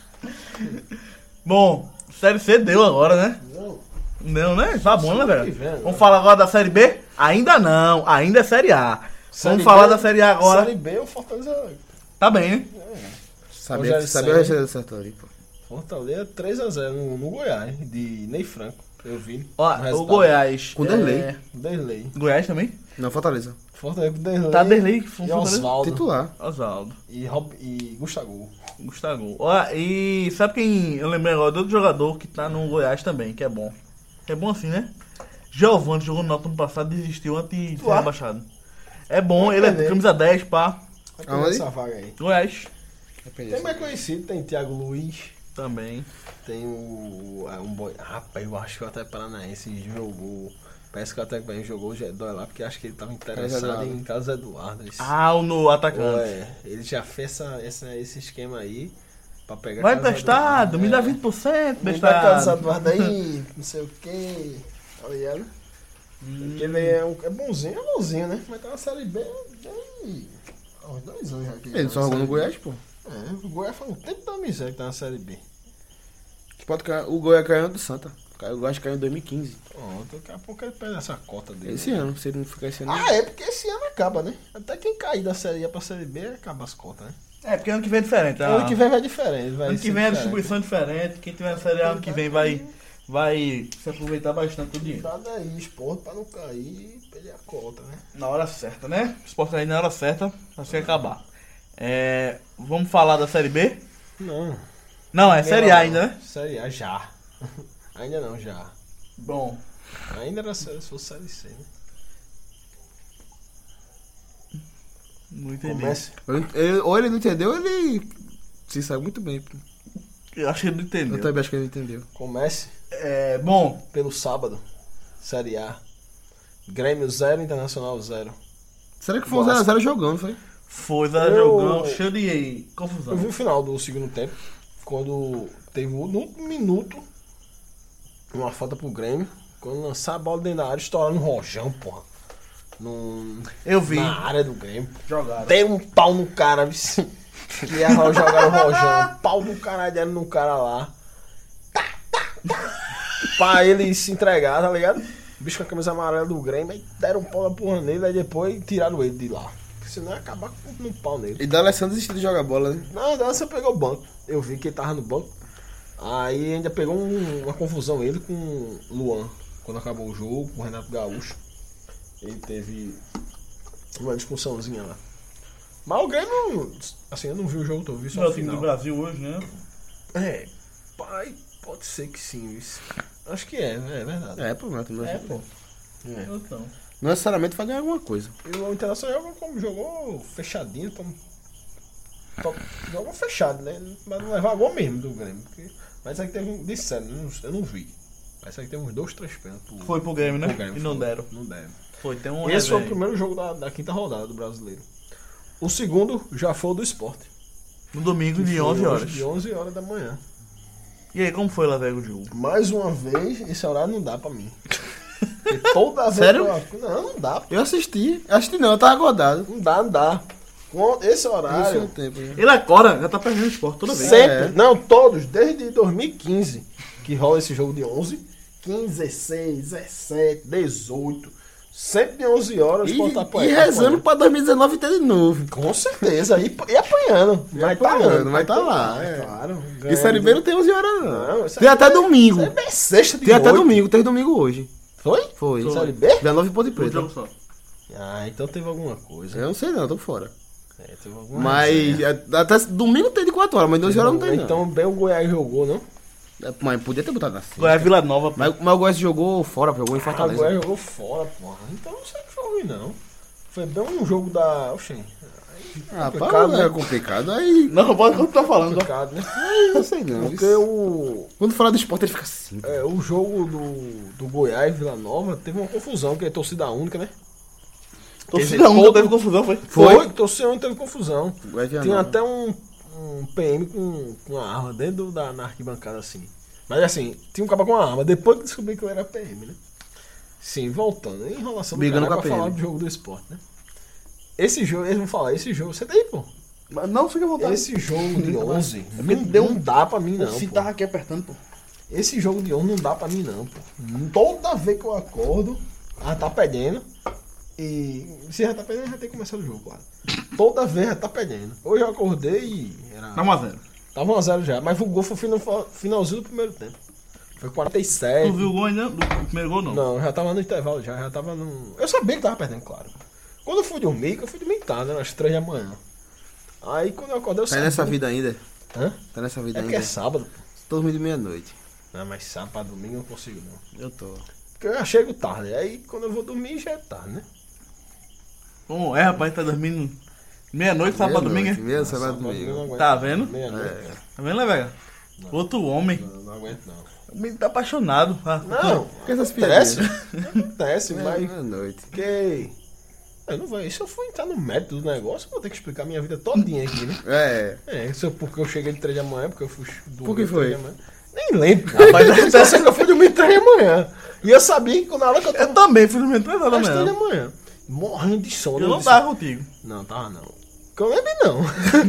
Bom, Série C deu agora, né? Não. Não, né? Tá bom, né, velho? que vem, Vamos falar agora da Série B? Ainda não, ainda é Série A. Série Vamos falar B, da Série A agora. Série B, o Fortaleza. Tá bem, né? Sabia, Rogério sabia a Ceni. receita do Sertori, pô. Fortaleza três a zero no, no Goiás, de Ney Franco. Eu vi. Ó, no o resultado. Goiás. Com Derlei. é, Derlei. Goiás também? Não, Fortaleza. Fortaleza com Derlei. Tá Derlei. E Fortaleza. Osvaldo. Titular. Osvaldo. E, Rob, e Gustavo. Gustavo. Ó, e sabe quem eu lembrei agora? De outro jogador que tá no Goiás também, que é bom. É bom assim, né? Giovanni jogou no Náutico ano passado, desistiu antes de ser Ué. rebaixado. É bom, ele é Entender. camisa dez, pá. Vai pegar Aonde? essa vaga aí. Goiás Tem mais conhecido, tem Thiago Luiz. também. Tem o. é, um boi. Rapaz, eu acho que o Atlético Paranaense jogou. Parece que o Atlético Paranaense jogou o Gedói lá, porque acho que ele tava interessado Eduardo. em Carlos Eduardo. Esse- Ah, o no atacante. Ué, ele já fez essa, essa- esse esquema aí pra pegar. Vai Carlos testado, Eduardo. me dá É. vinte por cento, Me dá Carlos bestado. Eduardo aí, não sei o que. Tá ligado? Porque ele é, um, é bonzinho, é bonzinho, né? Mas tá na Série B bem. Há uns dois anos já aqui. Ele só jogou no Goiás, pô. É, o Goiás faz um tempo da miséria que tá na Série B. Pode cair, o Goiás caiu do Santa. O Goiás caiu em dois mil e quinze. Pronto, daqui a pouco ele perde essa cota dele. Esse ano, se ele não ficar esse ano. Ah, é porque esse ano acaba, né? Até quem cair da Série A pra Série B acaba as cotas, né? É, porque ano que vem é diferente. Ah. Ano que vem vai diferente. Vai Ano que ser vem a diferente. distribuição é diferente. Quem tiver na Série A ano que vem vai, vai se aproveitar bastante do dinheiro. Cuidado aí, esporte, pra não cair e perder a cota, né? Na hora certa, né? O esporte aí na hora certa, assim acabar. É, vamos falar da Série B? Não. Não, é Série A ainda, né? Série A já. Ainda não, já. Bom, Ainda era série, se fosse Série C, né? não entendi. Comece. Ele- ou ele não entendeu, ou ele se saiu muito bem. Pô. Eu acho que ele não Eu entendeu. também acho que ele entendeu. Comece É, bom, pelo sábado. Série A. Grêmio zero, Internacional zero. Será que foi um zero a zero jogando, foi? foi Zé Eu- jogão, cheio de Eu confusão. vi o final do segundo tempo, quando teve um no último minuto uma falta pro Grêmio. Quando lançar a bola dentro da área, estourando um rojão, porra. Num, Eu vi. na área do Grêmio. Jogaram. Dei um pau no cara, vice. Que ia jogar o rojão. Pau do caralho deram no cara lá. Tá, tá, tá. Pra ele se entregar, tá ligado? O bicho com a camisa amarela do Grêmio, aí deram um pau da porra nele, aí depois tiraram ele de lá. Porque senão ia acabar com um pau nele. E da Alessandro desistiu de jogar bola, né? Não, não, você pegou o banco. Eu vi que ele tava no banco. Aí ainda pegou um- uma confusão ele com o Luan. Quando acabou o jogo, com o Renato Gaúcho. Ele teve uma discussãozinha lá. Mas o Grêmio, assim, eu não vi o jogo todo, eu vi só Não é o o time do final. Brasil hoje, né? É, pai, pode ser que sim, isso. Acho que é, né? É verdade. É, pô, mas não, É, pô. É. Então. não necessariamente vai ganhar alguma coisa. E o Internacional jogou como jogou fechadinho, como, top- jogou fechado, né? Mas não levar gol mesmo do Grêmio. Porque, mas aí teve um. Disseram, eu não, eu não vi. Mas aí teve uns dois, três pênaltis. pro- Foi pro Grêmio, né? pro Grêmio, E não foi. deram. Não deram. Foi, tem um Esse foi o resenha. primeiro jogo da, da quinta rodada do brasileiro. O segundo já foi o do esporte. No domingo de Foi onze hoje horas. De onze horas da manhã. E aí, como foi lá, velho, o jogo? Mais uma vez, esse horário não dá pra mim. Porque toda vez Sério? que eu- Não, não dá. Eu assisti. Assisti não, eu tava acordado. Não dá, não dá. Com esse Não sei o horário. tempo, né? Ele acorda, já tá perdendo o esporte toda vez. Sempre. É. Não, todos. Desde dois mil e quinze que rola esse jogo de onze. quinze, dezesseis, dezessete, dezoito. Sempre de onze horas. E, o Sport tá e rezando pra dois mil e dezenove ter de novo. Com certeza. E, e apanhando. E Vai tá apanhando, indo, vai tá tá lá, indo, é. Claro. E Série B não tem onze horas, não. Não, tem até Série B- domingo. Série B é sexta de Tem até noite. domingo, tem domingo hoje. Foi? Foi. Foi. Série B? Dia nove Ponte Um Preta. jogo só. Ah, então teve alguma coisa. Eu não sei não, tô fora. É, teve alguma Mas resenha. é, até domingo tem de quatro horas, mas doze horas não tem não. Então bem o Goiás jogou, não? É, mas podia ter botado assim. Goiás Vila Nova, pô. Mas, mas o Goiás jogou fora, jogou em Ah, o Fortaleza. Goiás jogou fora, porra. Então não sei o que foi ruim, não. Foi bem um jogo da. Oxê. Ah, complicado, pá, né? é complicado. Aí, Não, pode o que tu tá falando. ó. Complicado, né? não sei não. Porque isso- o. Quando falar do esporte ele fica assim. É, o jogo do, do Goiás Vila Nova teve uma confusão, que é torcida única, né? Torcida única teve confusão, foi? Foi, torcida única teve confusão. Goiás Vila Tinha Nova. até um, um P M com, com uma arma dentro da na arquibancada assim. Mas assim, tinha um cara com uma arma, depois que descobri que ele era P M, né? Sim, voltando, enrolação do Brigando cara com a pra falar P M. do jogo do esporte, né? Esse jogo, eles vão falar, esse jogo, você daí, pô. Mas não fica à vontade. Esse jogo de onze É porque não, deu não dá pra mim, não. O Cid Pô. tava aqui apertando, pô. Esse jogo de onze não dá pra mim, não, pô. Toda vez que eu acordo, ela tá perdendo. E se já tá perdendo, já tem começado o jogo, claro. Toda vez já tá perdendo. Hoje eu acordei e. Era... Tá um a zero. Tava um a zero já, mas o gol foi no final- finalzinho do primeiro tempo. Foi quarenta e sete. Tu viu o gol ainda? Do primeiro gol, não? Não, eu já tava no intervalo já, já tava no. Eu sabia que tava perdendo, claro. Quando eu fui dormir, que eu fui dormir tarde, né, às três da manhã. Aí quando eu acordei, eu Tá sabia. nessa vida ainda? Hã? Tá nessa vida É porque ainda? é sábado. Tô dormindo de meia-noite. Não, mas sábado pra domingo eu não consigo não. Eu tô. Porque eu já chego tarde. Aí quando eu vou dormir já é tarde, né? Como é, rapaz, tá dormindo meia-noite, sábado pra domingo, Meia-noite, é? Meia, sábado, eu não domingo. aguento. Tá vendo? Meia-noite. Tá vendo, né, velho? Outro homem. Não, não aguento não. O menino tá apaixonado. Ah, Não, Que essas acontece. piadinhas? Acontece, mas. Meia-noite. Porque. Eu não vou. Se eu for entrar no mérito do negócio, eu vou ter que explicar minha vida todinha aqui, né? É. É, se eu, porque eu cheguei de três da manhã, porque eu fui dormir Por que três foi? da manhã. Nem lembro. Rapaz, eu sei que eu fui dormir três da manhã. E eu sabia que na hora que eu Eu tava. também fui dormir três horas da Às três da manhã. manhã. Morrendo de sono. Eu não disse, tava contigo. Não, tava não. Que eu lembro não.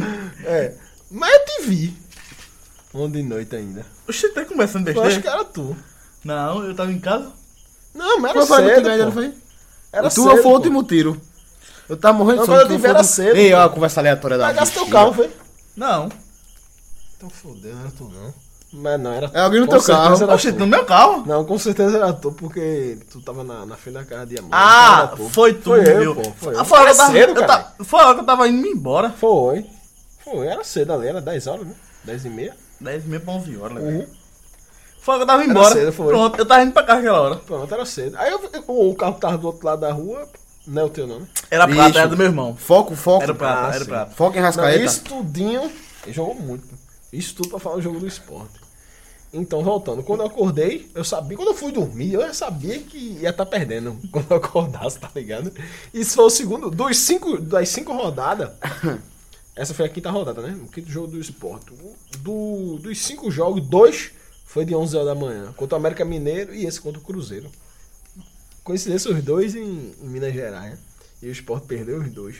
É. Mas eu te vi. Ontem de noite ainda. Oxe, tá conversando Eu acho que besteira? era tu. Não, eu tava em casa. Não, mas era Não foi muito cedo, grande, pô. não foi? Era tu cedo, foi o pô. último tiro. Eu tava morrendo Não, de sono. quando eu tu tive foi era o- cedo, Ei, pô. ó, a conversa aleatória da Pagasse teu bexiga. carro, foi? Não. Então fodeu, não era tu não. Mas não, era É alguém no com teu certeza carro. era Oxe, tu. no meu carro. Não, com certeza era tu, porque tu tava na, na frente da casa de Diamante. Ah, Era tu. foi tu, Foi eu, viu? pô. Foi Ah, eu. foi a hora Era que eu tava, cedo, eu cara. tava- foi a hora que eu tava indo embora. Foi. Foi, era cedo ali, era dez horas, né? dez e meia. dez e meia pra onze horas, né? Uhum. Foi a hora que eu tava indo Era embora. cedo, foi. Pronto, eu tava indo pra casa aquela hora. Pronto, era cedo. Aí eu, eu- o carro que tava do outro lado da rua, não é o teu nome. Era Bicho. prata, era do meu irmão. Foco, foco. Era prata, Ah, era sim. prata. Foco em Não, Rascaeta. isso tudinho, ele jogou muito. Isso tudo pra falar do jogo do esporte. Então, voltando, quando eu acordei, eu sabia, quando eu fui dormir, eu já sabia que ia estar perdendo quando eu acordasse, tá ligado? Isso foi o segundo, dos cinco, das cinco rodadas, essa foi a quinta rodada, né? O quinto jogo do esporte. Do, dos cinco jogos, dois foi de onze horas da manhã, contra o América Mineiro e esse contra o Cruzeiro. Coincidência os dois em, em Minas Gerais, né? E o esporte perdeu os dois.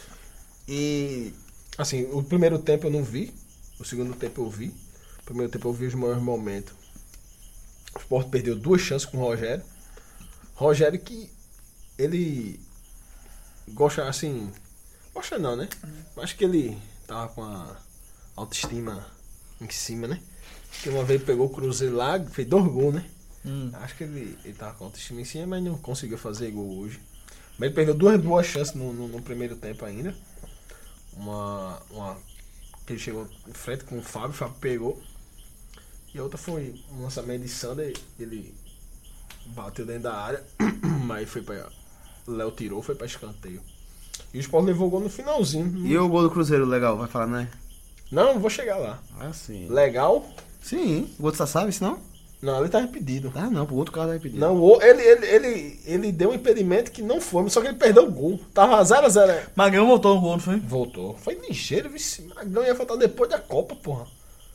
E, assim, o primeiro tempo eu não vi, o segundo tempo eu vi. O primeiro tempo eu vi os maiores momentos. O Sport perdeu duas chances com o Rogério. Rogério que ele gosta assim. Gosta não, né? Acho que ele tava com a autoestima em cima, né? Porque uma vez pegou o Cruzeiro lá, fez dois gols, né? Hum. Acho que ele, ele tava com a autoestima em cima, mas não conseguiu fazer gol hoje. Mas ele perdeu duas boas chances no, no, no primeiro tempo ainda. Uma, uma que ele chegou em frente com o Fábio, o Fábio pegou. E a outra foi um lançamento de Sander, ele bateu dentro da área, mas foi pra. Léo tirou, foi pra escanteio. E o Sport levou o gol no finalzinho. E o gol do Cruzeiro, legal, vai falar, né? Não, vou chegar lá. Ah, sim. Legal? Sim. O outro Sassá, isso não? Não, ele tá impedido. Ah, não, pro outro carro tá impedido. Não, o- ele, ele, ele, ele deu um impedimento que não foi, só que ele perdeu o gol. Tava zero a zero. Magrão voltou no gol, não foi? Voltou. Foi ligeiro, vice. Magão ia faltar depois da Copa, porra.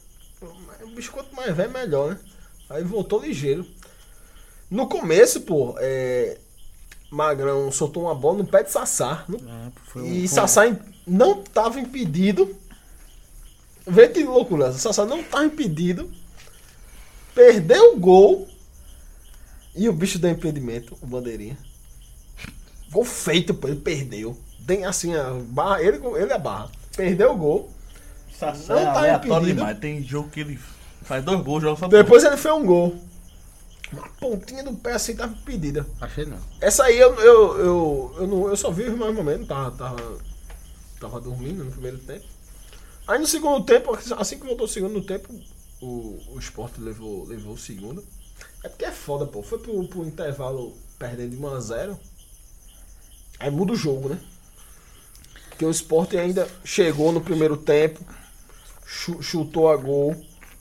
O bicho quanto mais velho, melhor, né? Aí voltou ligeiro. No começo, pô, é... Magrão soltou uma bola no pé de Sassá. no- Ah, foi um- E foi um- Sassá im- não tava impedido. Vê que loucura. Sassá não tava impedido. Perdeu o gol. E o bicho deu impedimento, o bandeirinha. Gol feito, pô, ele perdeu. Tem assim a barra, ele, ele é a barra. Perdeu o gol. Sassá Não é tá aleatório impedido. demais. Tem jogo que ele faz dois gols, joga só Depois ele fez um gol. Uma pontinha do pé assim tava impedida. Achei não. Essa aí eu, eu, eu, eu, não, eu só vi os mais momentos, tava, tava, tava dormindo no primeiro tempo. Aí no segundo tempo, assim que voltou o segundo tempo, o, o Sport levou, levou o segundo. É porque é foda, pô. Foi pro, pro intervalo perdendo de um a zero. Aí muda o jogo, né? Porque o Sport ainda chegou no primeiro tempo, chu- chutou a gol,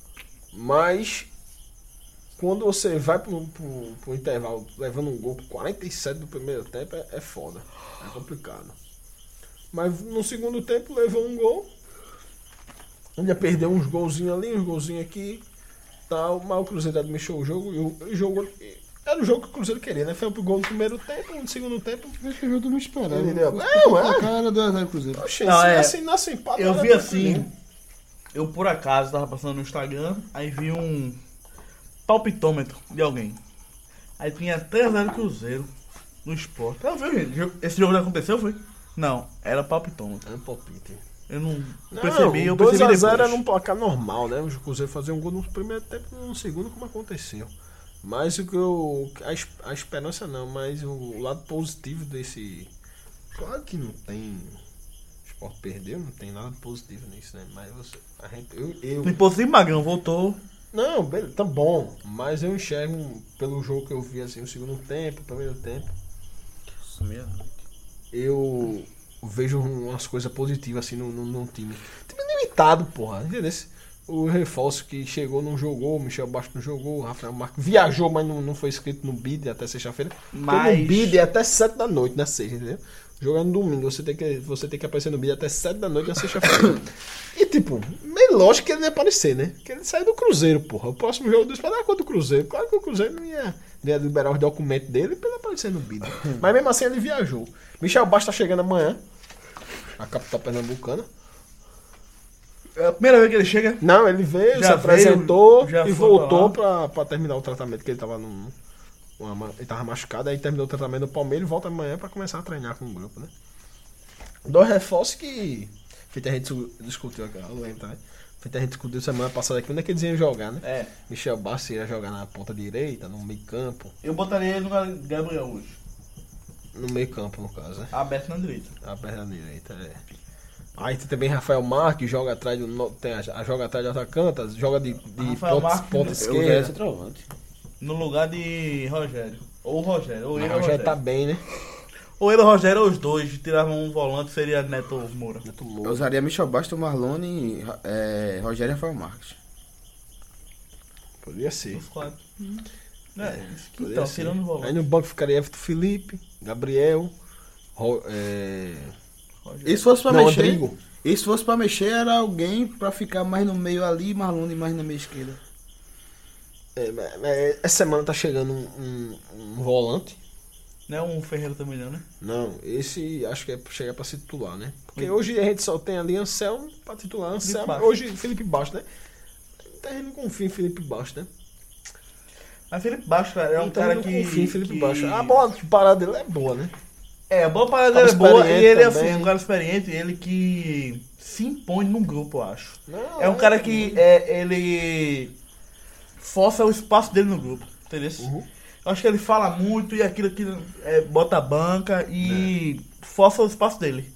mas quando você vai pro, pro, pro intervalo levando um gol com quarenta e sete do primeiro tempo, é, é foda. É complicado. Mas no segundo tempo levou um gol. Ainda perdeu uns golzinhos ali, uns golzinhos aqui. Tal, mas o Cruzeiro administrou o jogo. E o, o jogo era o jogo que o Cruzeiro queria, né? Foi pro gol no primeiro tempo, no segundo tempo. Acho que o jogo não esperava. Entendeu? Não, é. cara dois a zero Cruzeiro. Oxe, Não, se é, assim, nosso empate, Eu era vi tranquilo. assim, eu por acaso tava passando no Instagram, aí vi um palpitômetro de alguém. Aí tinha três a zero Cruzeiro no Sport. Eu vi, gente, esse jogo já aconteceu, foi? Não, era palpitômetro. É um palpite. Eu não, Não, percebi, eu dois percebi a zero depois. era um placar normal, né? O Cruzeiro fazia um gol no primeiro tempo e no segundo, como aconteceu. Mas o que eu. A, es- a esperança não, mas o lado positivo desse. Claro que não tem. O Sport perdeu, não tem nada positivo nisso, né? Mas você. A gente, eu, eu, Depois o Magrão voltou. não, beleza, tá bom. Mas eu enxergo pelo jogo que eu vi assim, o segundo tempo, o primeiro tempo. Eu vejo umas coisas positivas assim no, no, no time. Time limitado, porra. Entendeu? O reforço que chegou não jogou, o Michel Bastos não jogou, o Rafael Marques viajou, mas não, não foi inscrito no bid até sexta-feira. Mas- Porque no bid é até sete da noite na sexta, entendeu? Jogando domingo, você tem que, você tem que aparecer no bid até sete da noite na sexta-feira. E tipo, meio lógico que ele não ia aparecer, né? Que ele saiu do Cruzeiro, porra. O próximo jogo do Sport era contra o Cruzeiro. Claro que o Cruzeiro não ia, não ia liberar os documentos dele pra ele aparecer no bid. Mas mesmo assim ele viajou. Michel Bastos tá chegando amanhã, a capital pernambucana. É a primeira vez que ele chega. Não, ele veio, Já se apresentou veio, já e foi voltou pra pra, pra terminar o tratamento, que ele tava num. uma ma- ele tava machucado, aí terminou o tratamento no Palmeiras e volta amanhã pra começar a treinar com o grupo, né? Dois reforços que. Feita a gente su- discutiu aqui, eu lembro também. Feita a gente discutiu semana passada aqui, onde é que eles iam jogar, né? É. Michel Bastos ia jogar na ponta direita, no meio campo. Eu botaria ele no lugar de Gabriel hoje. No meio campo, no caso, né? Aberto na direita. A perna direita, é. Aí tem também Rafael Marques, joga atrás do. no- Tem a, a joga atrás de atacanta, joga de, de Rafael ponta, Marques, ponta eu esquerda. centroavante. No lugar de Rogério. Ou Rogério, ou ele Mas ou o Rogério Rogério. tá bem, né? Ou ele ou Rogério ou os dois. Tiravam um volante, seria Neto Moura. Muito Eu louco. usaria Michel Bastos, Marlone, é, Rogério e Rafael Marques. Poderia ser. Os quatro. É, Poderia então, ser. tirando o volante. Aí no banco ficaria Everton Felipe, Gabriel, Ro- é... Rogério. E se fosse pra Não, mexer, Rodrigo. e se fosse pra mexer, era alguém pra ficar mais no meio ali, Marlone mais na meia esquerda. É, mas- mas essa semana tá chegando um, um- um volante. Não é um Ferreira também não, né? Não, esse acho que é pra chegar pra se titular, né? Porque hoje a gente só tem ali Anselmo pra titular. Anselmo, Bastos. hoje Felipe Bastos, né? Muita gente não confia em Felipe Bastos, né? Mas Felipe Bastos, cara, é um Muita cara gente que... não confia em Felipe que- Bastos. A bola de parada dele é boa, né? É, a boa parada Cara dele é boa e experiente ele é também. assim, um cara experiente, ele que se impõe num grupo, eu acho. Não, É um cara que é, ele força o espaço dele no grupo, entendeu? Uhum. Eu acho que ele fala muito e aquilo que é, bota a banca e força o espaço dele.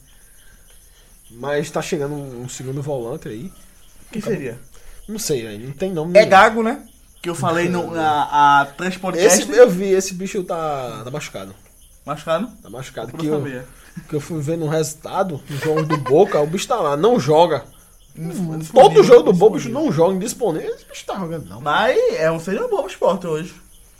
Mas tá chegando um, um segundo volante aí. Quem seria? Não sei, aí não tem nome É nenhum. Gago, né? Que eu falei no, na a três podcast. Esse eu vi, esse bicho tá, tá machucado. Machucado? Tá machucado. Pra Que eu, saber. que eu fui ver no resultado, no jogo do Boca, o bicho tá lá, não joga. Indisponível, Todo jogo do Boca, o bicho indisponível. não joga, indisponível. Esse bicho tá jogando, não. Mas é um seria um bom esporte hoje.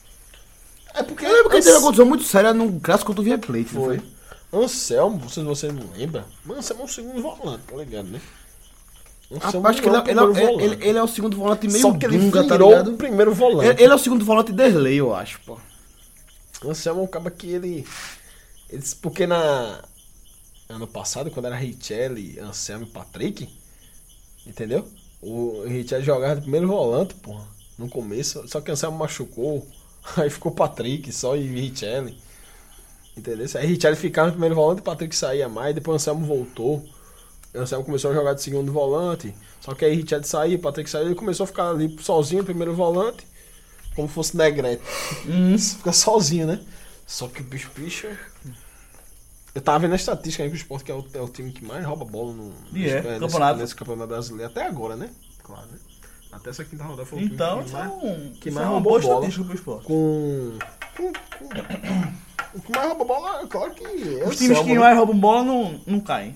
É porque. Eu lembro que ele Ans- teve uma condição muito séria no clássico contra o Via Plate, não Foi. foi? Anselmo, se você não lembra, mas Anselmo é um segundo volante, tá ligado, né? Anselmo Acho que ele, não é- o ele, é- primeiro ele- volante. ele é o segundo volante meio Só que ele dunga, tá virou ligado? o primeiro volante. Ele, ele é o segundo volante deslei, eu acho, pô. Anselmo é um cara que ele, ele. Porque na. Ano passado, quando era Richelli, Anselmo e Patrick, entendeu? O Richelli jogava de primeiro volante, porra, no começo. Só que Anselmo machucou. Aí ficou Patrick só e Richelli. Entendeu? Aí Richelli ficava no primeiro volante, Patrick saía mais, depois Anselmo voltou. Anselmo começou a jogar de segundo volante. Só que aí Richelli saía, Patrick saía, ele começou a ficar ali sozinho, primeiro volante. Como fosse Negrete. Fica sozinho, né? Só que o bicho, bicho. Eu tava vendo a estatística aí que o Sport que é o, é o time que mais rouba bola no E é, nesse, campeonato. nesse campeonato brasileiro. Até agora, né? Claro, né? Até essa quinta rodada foi o time Então, que isso é, mais, um, que isso mais é uma roubou boa bola. estatística pro esporte. com. com, com o que mais rouba bola, claro que é Os o times Selma, que né? mais roubam bola não, não caem.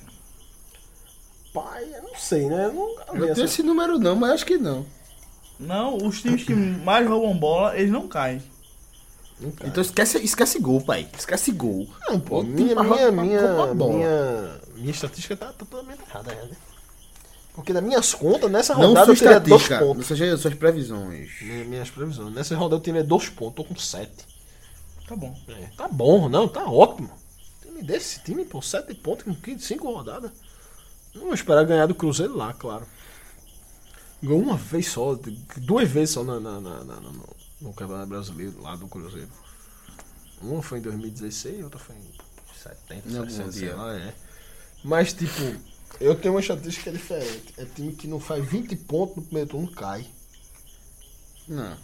Pai, eu não sei, né? Eu não vi Eu tenho essa- esse número não, mas acho que não. Não, os times que mais roubam bola, eles não caem. não cai. Então esquece, esquece gol, pai. Esquece gol. Não, pô, O time minha, pra minha, roubar- minha, roubar bola. minha, minha estatística tá totalmente errada, né? Porque nas minhas contas, nessa Não rodada sua eu tirei dois estatística, não pontos. seja suas previsões. Minhas, minhas previsões. Nessa rodada eu tirei dois pontos, tô com sete. Tá bom. É, tá bom, não, tá ótimo. Time desse time, pô, sete pontos com quinze, cinco rodadas. Não vou esperar ganhar do Cruzeiro lá, claro. Ganhou uma vez só, duas vezes só na, na, na, na- no, no Campeonato Brasileiro, lá do Cruzeiro. Uma foi em dois mil e dezesseis, outra foi em setenta, Em algum sessenta, sei dia. lá, é. Mas, tipo, eu tenho uma estatística que é diferente. É time que não faz vinte pontos no primeiro turno, cai. Não.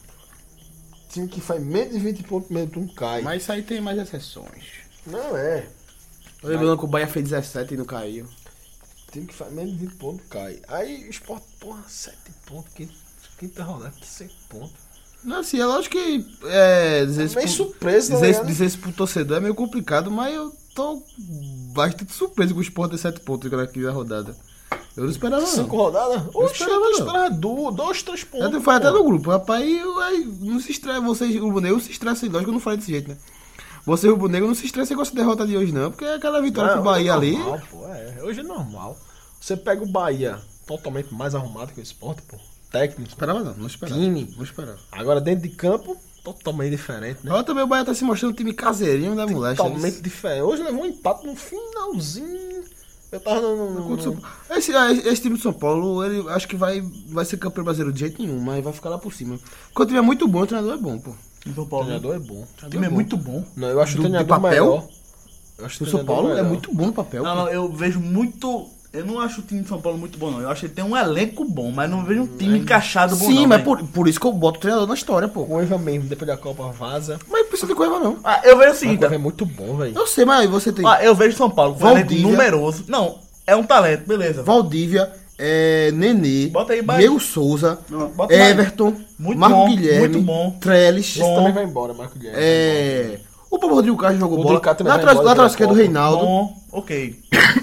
Time que faz menos de vinte pontos no primeiro turno, cai. Mas isso aí tem mais exceções. Não é. Lembrando que o Bahia fez dezessete e não caiu. Time que faz menos de vinte pontos, cai. Aí o Sport, porra, sete pontos, quinta, quinta rodada, que seis pontos. Não, assim, é lógico que é, dizer, isso Meio pro- surpresa, tá dizer, ligado? dizer isso pro torcedor é meio complicado, mas eu tô bastante surpreso com o Sport ter sete pontos na quinta rodada. Eu não esperava Cinco não. rodadas? Oxe, esperava, eu não. esperava duas, dois, três pontos. Eu falei até pô. no grupo, rapaz, eu, aí, não se estresse, vocês, o Rubro Negro não se estressa, lógico que eu não falei desse jeito, né? Você, Rubro Negro, não se estressa com essa derrota de hoje não, porque é aquela vitória Não, pro Bahia hoje é ali... normal, pô, é. Hoje é normal. Você pega o Bahia totalmente mais arrumado que o Sport, pô. Técnico, Esperava não, não esperava. time. Não esperava. Agora dentro de campo, totalmente diferente, né? Agora também o Bahia tá se mostrando um time caseirinho da moleque. Totalmente diferente. Hoje levou um empate no finalzinho. Eu tava no. no, Contra o no... São Paulo. Esse, ah, esse- esse time do São Paulo, ele acho que vai, vai ser campeão brasileiro de jeito nenhum, mas vai ficar lá por cima. Porque o time é muito bom, o treinador é bom, pô. No São O Paulo. né? treinador é bom. O time é muito bom. Não, eu acho Do- o de treinador papel? melhor. Eu acho O São Paulo é melhor. muito bom no papel. Não, pô. não, eu vejo muito. Eu não acho o time de São Paulo muito bom, não. Eu acho que ele tem um elenco bom, mas não vejo um time encaixado bom. Sim, não, mas velho. por, por isso que eu boto o treinador na história, pô. Coiva mesmo, depois da Copa vaza. Mas não precisa de coisa não. Ah, eu vejo o O seguinte. Coiva é muito bom, velho. Eu sei, mas aí você tem Ah, eu vejo São Paulo com um elenco Valdívia. numeroso. Não, é um talento, beleza. Valdívia, é, Nenê, Bota aí, vai. Diego Souza, Não, bota mais. Everton, Muito Marco bom, Guilherme, muito bom. Trellis, Esse Bom. também vai embora, Marco Guilherme. é... O próprio Rodrigo Carlos jogou Rodrigo bola. Carlos também Lá vai atrás, embora, lá atrás vai que é do embora. Reinaldo, Bom, ok.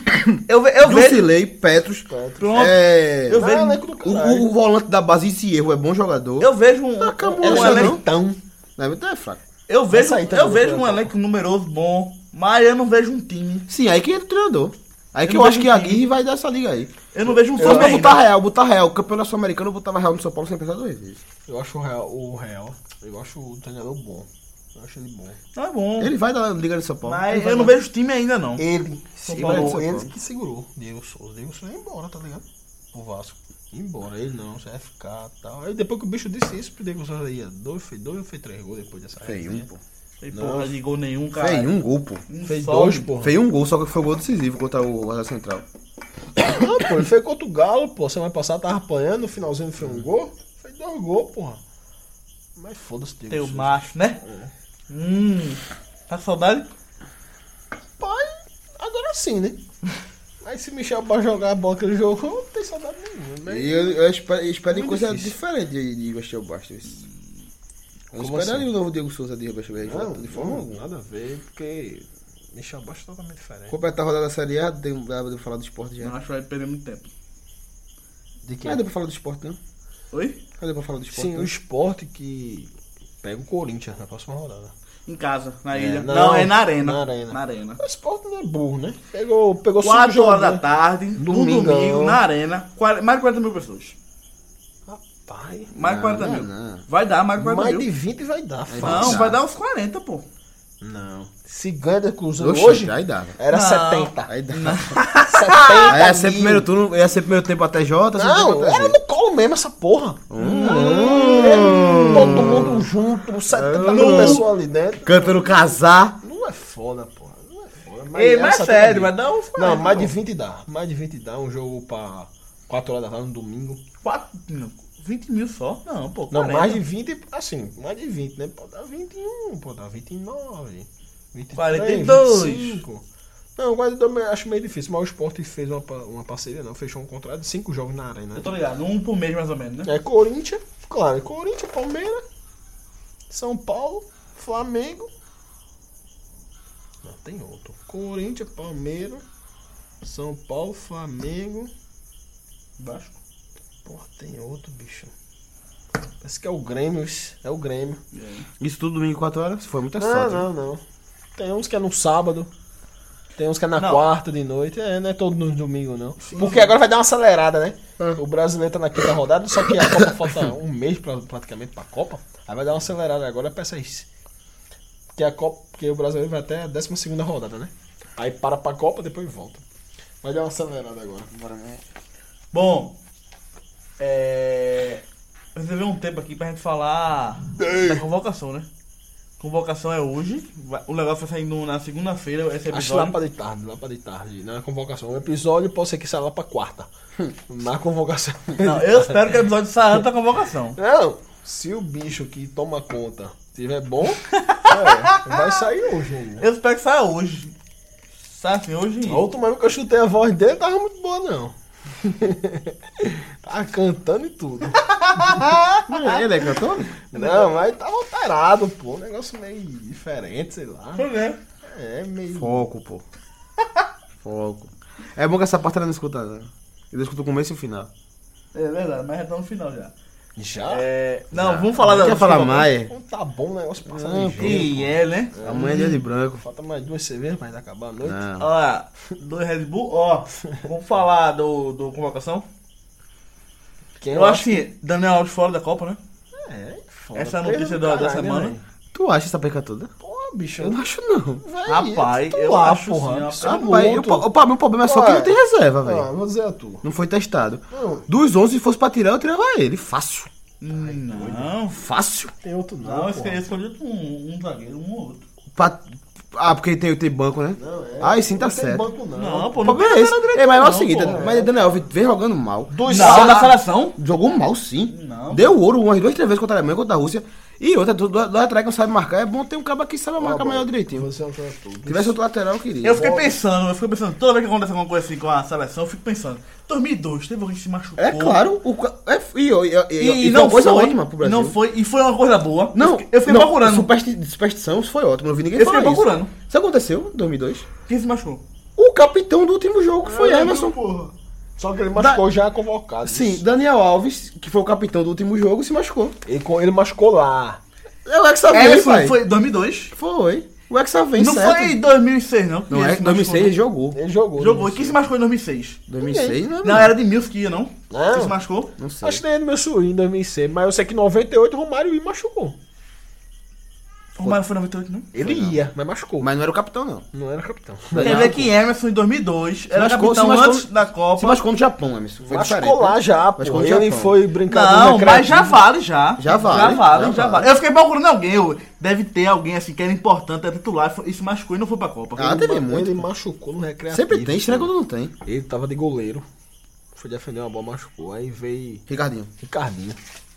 Eu, ve- eu vejo. Jusilei, Petros, Pronto. é... Eu Não, vejo. é elenco do O, caralho. o- o volante da base, esse erro, é bom jogador. Eu vejo um. Ah, acabou, um não, elenco- não. Então, Não, então é fraco. Eu vejo, sair também eu do vejo um Copa. elenco numeroso bom, mas eu não vejo um time. Sim, aí que entra o treinador. Aí que Eu eu, não acho vejo que a um time. Aguirre vai dar essa liga aí. Eu não vejo um Se time eu ainda. botar real, botar real, campeão sul-americano, eu botava real no São Paulo sem pensar duas vezes. eu acho o Real, o Real, eu acho o treinador bom. Eu acho ele bom. Não é bom. Ele vai dar liga de São Paulo. Ele Mas vai eu não dar. vejo time ainda não. Ele São segurou, Paulo. ele que segurou. Diego Souza. Diego Souza ia embora, tá ligado? O Vasco. Ia embora, ele não, você vai ficar e tal. Aí depois que o bicho disse isso, o Diego Souza ia. Dois, fez dois ou fez três gols depois dessa Fez um, resenha? pô. Tem Não. porra de gol nenhum, cara. Fez um gol, pô. Um Fez só. dois, porra. Fez um gol, só que foi um gol decisivo contra o Guarda Central. Não, pô, ele fez contra o Galo, pô. Semana passada tava apanhando, no finalzinho fez um gol. Fez dois gols, porra. Mas foda-se, Diego Teu Souza. macho, né? Hum. Tá com saudade? Pai, agora sim, né? Mas se Michel vai jogar a bola que ele jogou, não tem saudade nenhuma. Né? E eu, eu espero, eu espero em Muito coisa difícil. diferente de, de Bastel Bastos. Eu Como esperaria assim? o novo Diego Souza de Bastel Não, de forma não, alguma. nada a ver, porque Michel Bastos é totalmente diferente. Completar a rodada da Série A, tem, dá pra falar do esporte já. Não, acho que vai perder muito tempo. De Não deu pra falar do esporte, não? Oi? Não deu pra falar do esporte, Sim, não? o esporte que pega o Corinthians na próxima rodada. Em casa, na É, ilha. não, Não, é na arena. na arena. Na arena. O esporte não é burro, né? Pegou, pegou cinco quatro horas da jogos, né? tarde, no Domingão. domingo, na arena. quar- Mais de quarenta mil pessoas. Rapaz, Mais de Não, quarenta não, mil. não. Vai dar mais de quarenta mais mil. de vinte vai dar, Vai fácil. Não, vai dar uns quarenta, pô. Não. Se ganha da Cruzeiro Oxe, hoje, aí dava. era Não. setenta. Aí dava. setenta Aí ia ser mil. primeiro turno, ia ser primeiro tempo até Jota, segundo Não, tempo até era Z. no colo mesmo essa porra. Hum. Hum, Todo mundo junto, setenta mil pessoas ali dentro. Cantando casar. Não é foda, porra. Não é foda. Ei, era mas setenta sério, mil. vai dar uns quarenta. Não, mais de pô. vinte dá. Mais de vinte dá. Um jogo pra quatro horas da tarde no domingo. Quatro, não, vinte mil só? Não, pô. Não, quarenta. mais de vinte, assim, mais de vinte, né? Pode dar vinte e um, pode dar vinte e nove, vinte e três, quarenta e dois. vinte e cinco. Não, quarenta e dois eu acho meio difícil, mas o Sport fez uma, pa- uma parceria, não, fechou um contrato de cinco jogos na arena. Eu tô ligado, um por mês mais ou menos, né? É Corinthians, claro, Corinthians, Palmeiras, São Paulo, Flamengo. Não, tem outro. Corinthians, Palmeiras, São Paulo, Flamengo. Vasco. Porra, tem outro, bicho. Parece que é o Grêmio, isso. É o Grêmio. Isso tudo domingo, quatro horas? Foi muita Não, sorte. não, não. Tem uns que é no sábado. Tem uns que é na Não. quarta de noite. É, não é todo no domingo, não. Porque agora vai dar uma acelerada, né? O brasileiro tá na quinta rodada, só que a Copa falta um mês pra, praticamente pra Copa. Aí vai dar uma acelerada agora pra essas. Porque, a Copa, porque o brasileiro vai até a décima segunda rodada, né? Aí para pra Copa, depois volta. Vai dar uma acelerada agora. Bora, né? Bom, é... reservei um tempo aqui pra gente falar da convocação, né? Convocação é hoje. vai- O negócio vai sair no- na segunda-feira, esse Acho lá episódio. pra de tarde, lá pra de tarde. Na convocação. O episódio pode ser que saia lá pra quarta. Na convocação. Não, eu espero que o episódio saia antes da convocação. Não, se o bicho que toma conta tiver bom, é, vai sair hoje ainda. Eu espero que saia hoje. Sai assim, hoje. A última vez que eu chutei a voz dele tava muito boa, não. Tava cantando e tudo. Ele é cantor? Não, mas tava alterado, pô. Um negócio meio diferente, sei lá. Pois é. É, meio. Foco, pô. Foco. É bom que essa parte ela não escuta, né? Ele escuta o começo e o final. É verdade, mas já tá no final já. Já? É... Não, vamos falar da. Quer falar mais? Não tá bom o negócio passa Não, ligeiro. Que é, né? Amanhã é dia de branco. Falta mais duas cervejas pra gente acabar a noite. Não. Olha, dois Red Bull, ó. Vamos falar do, do convocação? Quem Eu acho que Daniel Alves fora da Copa, né? É, foda. Essa é a notícia Peso do da, da caralho, semana. né, velho? Tu acha essa peca toda? Pô, bicho. Eu não acho, não. Véi, Rapaz, tu eu lá, acho porra. sim, É Rapaz, o, muito. o, o, meu problema é só que Ué. não tem reserva, Ah, velho. vou dizer a tu. Não foi testado. Não, Dos onze, se fosse pra tirar, eu tirava ele. Fácil. Não, Fácil. tem outro não. não, eu porra. escolhi um, um zagueiro, um ou outro. Pra... Ah, porque tem, tem banco, né? Não, é. Ah, sim, tá Não tem certo. banco, não. Não, pô, O não problema é esse. direito, É, mas é o não, seguinte, pô. mas Daniel Alves vem jogando mal. Dos Não, sa- na seleção? Jogou mal, sim. Não. Deu ouro umas duas, três vezes contra a Alemanha, contra a Rússia. E outra, do, do, do atrás que não sabe marcar. É bom ter um cara que sabe marcar melhor direitinho. Você não sabe tudo. Se tivesse outro lateral, eu queria. Eu fiquei pensando, eu fiquei pensando, toda vez que acontece alguma coisa assim com a seleção, eu fico pensando, dois mil e dois, teve alguém que se machucou. É claro, o, ca- é, e, e, e, E, e, e foi não uma coisa foi, ótima pro e Brasil. não foi, e foi uma coisa boa. Não, eu fiquei, eu fiquei não, procurando. supersti- Superstição, isso foi ótimo. Não vi ninguém Eu falar fiquei isso. procurando. Isso aconteceu em dois mil e dois. Quem se machucou? O capitão do último jogo foi É, Emerson. porra. Só que ele machucou já convocado. Sim, Daniel Alves, que foi o capitão do último jogo, se machucou. Ele, ele machucou lá. É o Hexa É, vem, foi, pai. foi dois mil e dois. Foi. O Hexa vem, Não certo. foi dois mil e seis, não. que Não ele é, se dois mil e seis ele machucou, jogou. Ele jogou. não. Jogou. não E quem se machucou em dois mil e seis? dois mil e seis, não é? Não, era de Mills que ia, não? Não. Quem se machucou? Não sei. Acho que nem é do meu sobrinho em dois mil e seis, mas eu sei que em noventa e oito o Romário ia e machucou. O Romário foi em noventa e oito, não? Ele ia, mas machucou. Mas não era o capitão, não. Não era capitão. Quer dizer que Emerson em dois mil e dois era machucou, capitão se machucou- antes da Se Copa. machucou no Japão, Emerson. Foi Machucou diferente, lá né? já, pô. Machucou no Ele Japão. foi brincar no Não, mas recreativo. já vale, já. Já vale, Já vale, já já vale. vale. Eu fiquei procurando alguém, eu- deve ter alguém assim que era importante, é titular, e se machucou e não foi pra Copa. Ah, Ele teve ma- muito, Ele pô. machucou no recreativo. Sempre tem, estranho pô. quando não tem. Ele tava de goleiro. Foi defender uma bola, machucou. Aí veio Ricardinho. Ricardinho.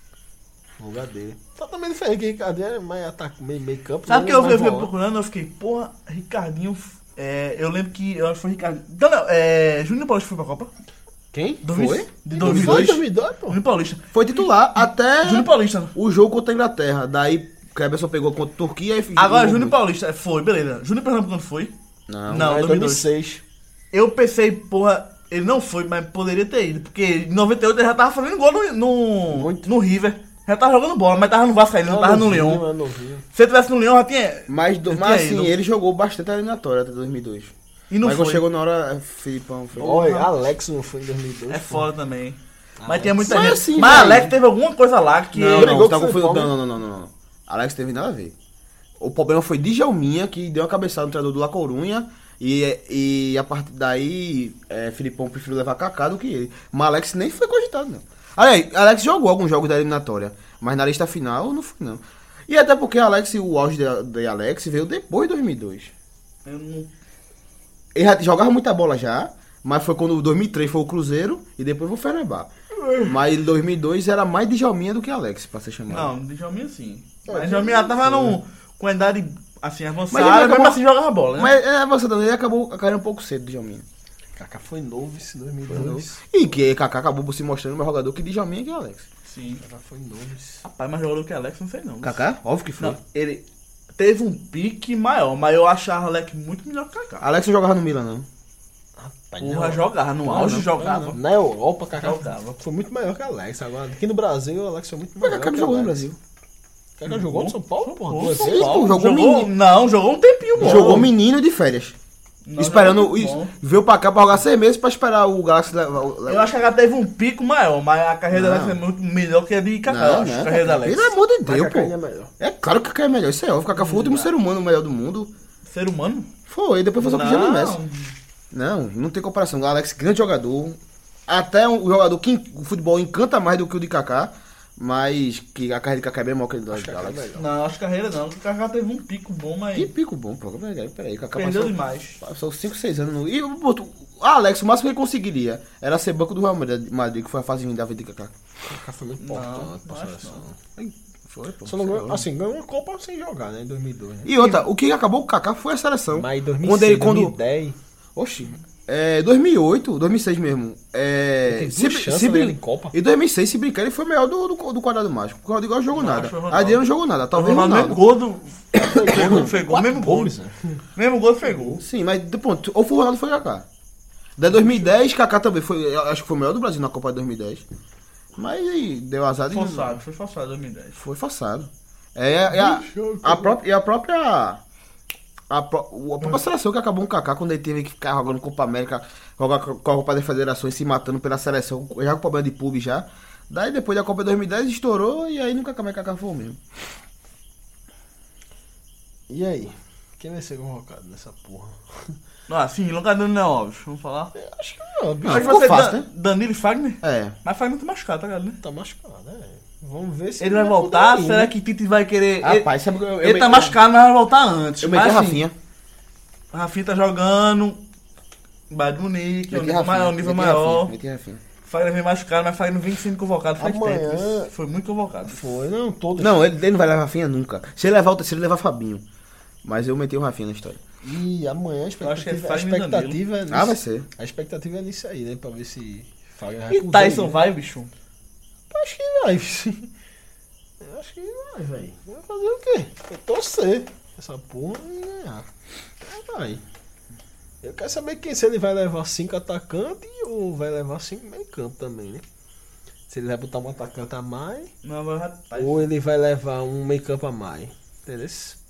No lugar dele. Totalmente diferente que Ricardinho é mais ataque, meio, meio campo. Sabe o que né? eu Mais fiquei volante. procurando? Eu fiquei, porra, Ricardinho. É, eu lembro que. Eu acho que foi Ricardinho. Não, não, é. Júnior Paulista foi pra Copa? Quem? dois mil Foi? De Foi dois mil e dois. dois mil e dois, pô. Júnior Paulista. Foi titular até Júnior Paulista. o jogo contra a Inglaterra. Daí Cleberson pegou contra a Turquia e Agora, jogou Júnior muito. Paulista. é, Foi, beleza. Júnior Pernambucano foi. Não. Não, Mas dois mil e dois dois. mil e seis. Eu pensei, porra, ele não foi, mas poderia ter ido. Porque em noventa e oito ele já tava fazendo gol no, no, no River. Já tava jogando bola, mas tava no Vascaíno, não tava no novinho, Leão. é novinho. Se ele tivesse no Leão, já tinha. Mas, do, Eu mas tinha assim, ido. ele jogou bastante a eliminatória até dois mil e dois. E não mas foi. quando chegou na hora, é, Filipão foi. Olha, Alex não foi em dois mil e dois. É pô. foda também. Mas tinha muita Mas gente. assim, mas velho. Alex teve alguma coisa lá que. Não, ele- não, brigou você tá com o confundindo. Filipão, Não, não, não, não, não. Alex teve nada a ver. O problema foi Djalminha, que deu uma cabeçada no treinador do La Corunha. E, e a partir daí, é, Filipão preferiu levar Kaká do que ele. Mas Alex nem foi cogitado, não. Aliás, Alex jogou alguns jogos da eliminatória, mas na lista final não foi, não. E até porque Alex, o auge de, de Alex veio depois de dois mil e dois. Eu não- Ele já jogava muita bola já, mas foi quando dois mil e três foi o Cruzeiro e depois foi o Fenerbahçe. Mas em dois mil e dois era mais Djalminha do que Alex, pra ser chamado. Não, Djalminha sim. Mas Djalminha já tava num, com a idade assim avançada, Mas ele mas, acabou- assim jogava bola, né? Mas é, você também acabou caindo um pouco cedo, Djalminha. Kaká foi novo esse dois mil e dois. E que Kaká acabou por se mostrando mais jogador que Djalminha que Alex. Sim. Kaká foi novo esse. Rapaz, mais jogador que Alex, não sei não. Kaká? Óbvio que foi. Não, ele teve um pique maior, mas eu achava Alex muito melhor que Kaká. Alex não jogava no Milan, não. Rapaz, Porra, não. jogava, no auge não, jogava. Na Europa, Kaká Jogava. foi muito maior que Alex. Agora, aqui no Brasil, o Alex foi muito Mas maior. Kaká que jogou no Alex. Brasil. Kaká jogou no São Paulo, porra. Pô, duas São vezes. Paulo, jogou jogou, menino. não, jogou um tempinho bom. Jogou menino de férias. Não, esperando não é isso, bom. veio pra cá pra jogar seis meses pra esperar o Galaxy levar. o- Eu acho que ela teve um pico maior, mas a carreira Não. dela é muito melhor que a de Kaká. eu Não, acho, não, a carreira da Alex. pelo amor de Mas Deus, Kaká pô. ainda é melhor. É claro que o Kaká é melhor, isso é óbvio. O Kaká foi o último ser humano melhor do mundo. Ser humano? Foi, depois foi só pro Não. Messi. Não, não tem comparação. O Alex, grande jogador. Até um jogador que en- o futebol encanta mais do que o de Kaká. Mas que a carreira de Kaká é bem maior que a do Kaká é Alex. melhor. Não, acho que carreira não. O Kaká teve um pico bom, mas Que pico bom, pô. Peraí, peraí. Kaká perdeu passou, demais. passou cinco, seis anos no. E pô, tu- o Alex, o máximo que ele conseguiria era ser banco do Real Madrid, que foi a fase ruim da vida de Kaká. Kaká foi muito Não, importante pra acho seleção. Foi, pô. Só não ganhou, assim, ganhou uma Copa sem jogar, né? Em dois mil e dois, né? E outra, o que acabou com o Kaká foi a seleção. Mas em dois mil e Quando seis, ele- quando- dois mil e dez, Oxi. É, dois mil e oito, dois mil e seis mesmo. É, Ele teve se, duas brin- chances, se né, brin- em Copa. Em dois mil e seis, se brincar, ele foi o melhor do, do, do quadrado mágico. Porque o Rodrigo não jogou Não, nada. acho que foi o Ronaldo. A Adriano não jogou nada. Talvez Mas o mesmo Ronaldo. gol do. Foi gol, foi gol, mesmo gol. gols, né? Mesmo gol foi gol. Sim, mas pronto, ou foi o Ronaldo ou foi o Kaká. Da dois mil e dez, Kaká também foi. Eu acho que foi o melhor do Brasil na Copa de dois mil e dez. Mas aí deu azar de. Forçado, foi forçado em dois mil e dez. Foi forçado. É, é a, a, própria, e a própria. A, pró- a própria seleção que acabou com o Kaká quando ele teve que ficar jogando Copa América, jogar com com a Copa das Federações, se matando pela seleção, já com problema de pub já. Daí depois da Copa de dois mil e dez estourou e aí nunca mais Kaká foi o mesmo. E aí? Quem vai ser convocado nessa porra? Ah, sim, nunca dando não, óbvio. Vamos falar. Acho que não, bicho. Não, Acho que ficou vai ser fácil, Dan- né? Danilo e Fagner. É. Mas Fagner tá machucado, tá ligado, né? Tá machucado, né? Vamos ver se Ele vai voltar? poder ir, Será né? que Tite vai querer. ele Rapaz, sabe que eu, eu, ele tá eu- machucado, mas vai voltar antes. Eu mas, meti o assim, Rafinha. O Rafinha tá jogando. Bayern de Munique, é um Meti nível maior. Um nível meti maior. Rafinha, meti Rafinha. Fagner vem machucado, mas Fagner vem sendo convocado faz Amanhã- tempo. Foi muito convocado. Foi, não, todos. Não, ele, ele não vai levar Rafinha nunca. Se ele levar o terceiro, ele leva Fabinho. Mas eu meti o Rafinha na história. E amanhã a Eu acho que é expectativa, a Fagner e expectativa é nisso. Ah, vai ser. A expectativa é nisso aí, né? Pra ver se Fagner vai E pro Tyson jogo, né? vai, bicho? Acho que vai, sim. Eu acho que vai, velho. Vai fazer o quê? Vai torcer essa porra e ganhar. É, vai. Eu quero saber quem, se ele vai levar cinco atacantes ou vai levar cinco meio campo também, né? Se ele vai botar um atacante a mais Não, vai Tyson. ou ele vai levar um meio campo a mais. Entendeu?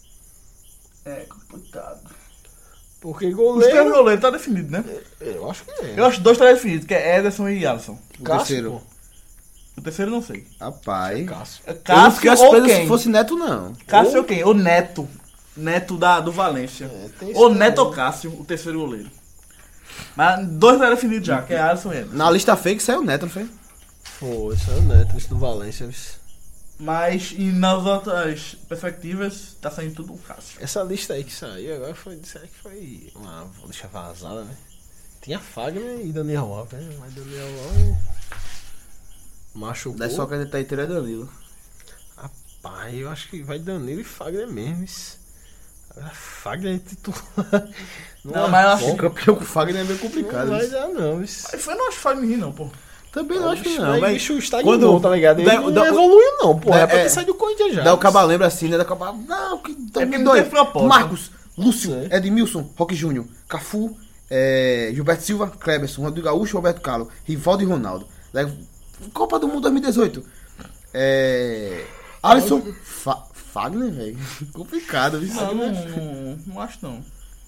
É complicado. Porque Os três goleiro... goleiros tá definido, né? Eu acho que é. Eu acho que dois tá definidos, que é Ederson e Alisson. O Cássio, terceiro. pô. O terceiro não sei. Rapaz. Cássio. É Eu não Cássio fiquei ou surpreso quem? se fosse Neto, não. Cássio ou quem? Ou Neto. Neto da, do Valência. É, tem isso ou também. Neto ou Cássio, o terceiro goleiro. Mas dois tá definidos já, que é Alisson e Ederson. Na lista fake saiu o Neto, não foi? Foi, isso é o Neto, isso do Valência. Isso. Mas e nas outras perspectivas, tá saindo tudo o Cássio. Essa lista aí que saiu agora foi, disseram que foi uma lista vazada, né? Tinha Fagner e Daniel Alves, né? Mas Daniel Alves machucou. Daí só que ele tá inteiro é Danilo. Rapaz, eu acho que vai Danilo e Fagner mesmo. Isso. Agora Fagner é titular. Não, mas eu acho O campeão com o Fagner é meio complicado. Não vai isso. dar não. Isso. Mas foi, não acho que faz ninguém não, pô. Também não acho que Bicho, não. aí, Mas bicho, está quando- quando, tá ligado? Ele Daí- não da- evoluiu não, pô. É, É, pra ter é. saído do Corinthians já. Daí o Cabal lembra assim, né? Da Cabal, não, que tão É porque me não doido. teve proposta. Marcos, Lúcio, Sei. Edmilson, Roque Júnior, Cafu, é, Gilberto Silva, Kleberson, Rodrigo Gaúcho, Roberto Carlos, Rivaldo e Ronaldo. Daí, Copa do Mundo dois mil e dezoito. É, Alisson, Fa- Fagner, velho. Complicado, isso. Não, não, não, não acho não.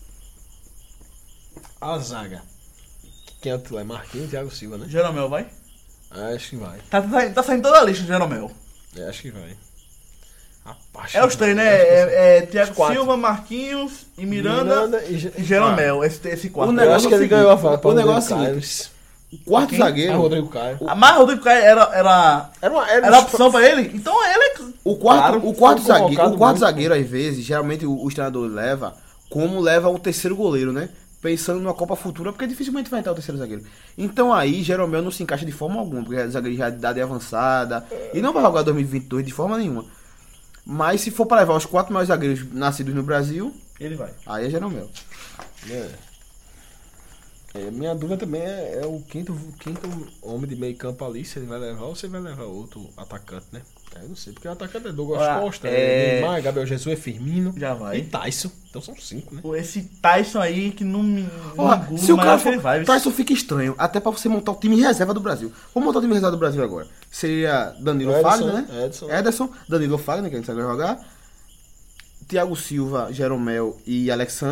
A zaga. Quem é o titular? Marquinhos e Thiago Silva, né? Jeromel vai? Acho que vai. Tá, tá, tá saindo toda a lista, Jeromel. É, acho que vai. Rapaz, É os três, né? acho que É, é Thiago quatro. Silva, Marquinhos e Miranda, e, Ge- e Jeromel. Esse, esse quarto. O Eu negócio acho que é o ele seguinte, ganhou a vaga. o negócio é o seguinte, O quarto Quem? É zagueiro. Rodrigo Caio. Ah, mas Rodrigo Caio era, era, Era uma era era um- opção pra ele? Então ele é... O quarto, Claro, o quarto foi zagueiro, convocado o quarto muito. zagueiro, às vezes, geralmente o, o treinador leva como leva o terceiro goleiro, né? Pensando numa Copa Futura, porque dificilmente vai entrar o terceiro zagueiro. Então aí, Jeromel não se encaixa de forma alguma, porque é zagueiro já de idade avançada, e não vai jogar dois mil e vinte e dois de forma nenhuma. Mas se for para levar os quatro maiores zagueiros nascidos no Brasil, Ele vai. aí é Jeromel. É. É, minha dúvida também é, é o quinto, o quinto homem de meio campo ali, se ele vai levar ou se ele vai levar outro atacante, né? Eu não sei, porque o atacante é Douglas Olha, Costa, é- Neymar, Gabriel Jesus, Firmino Já vai. e Tyson. Então são cinco, né? Esse Tyson aí que não me... Ó, não engula, se o mas cara acho que ele for, vai. Tyson fica estranho, até pra você montar o time reserva do Brasil. Vamos montar o time reserva do Brasil agora. Seria Danilo Edson, Fagner, né? Edson. Ederson, Danilo Fagner, que a gente sabe jogar. Thiago Silva, Jeromel e Alexandre.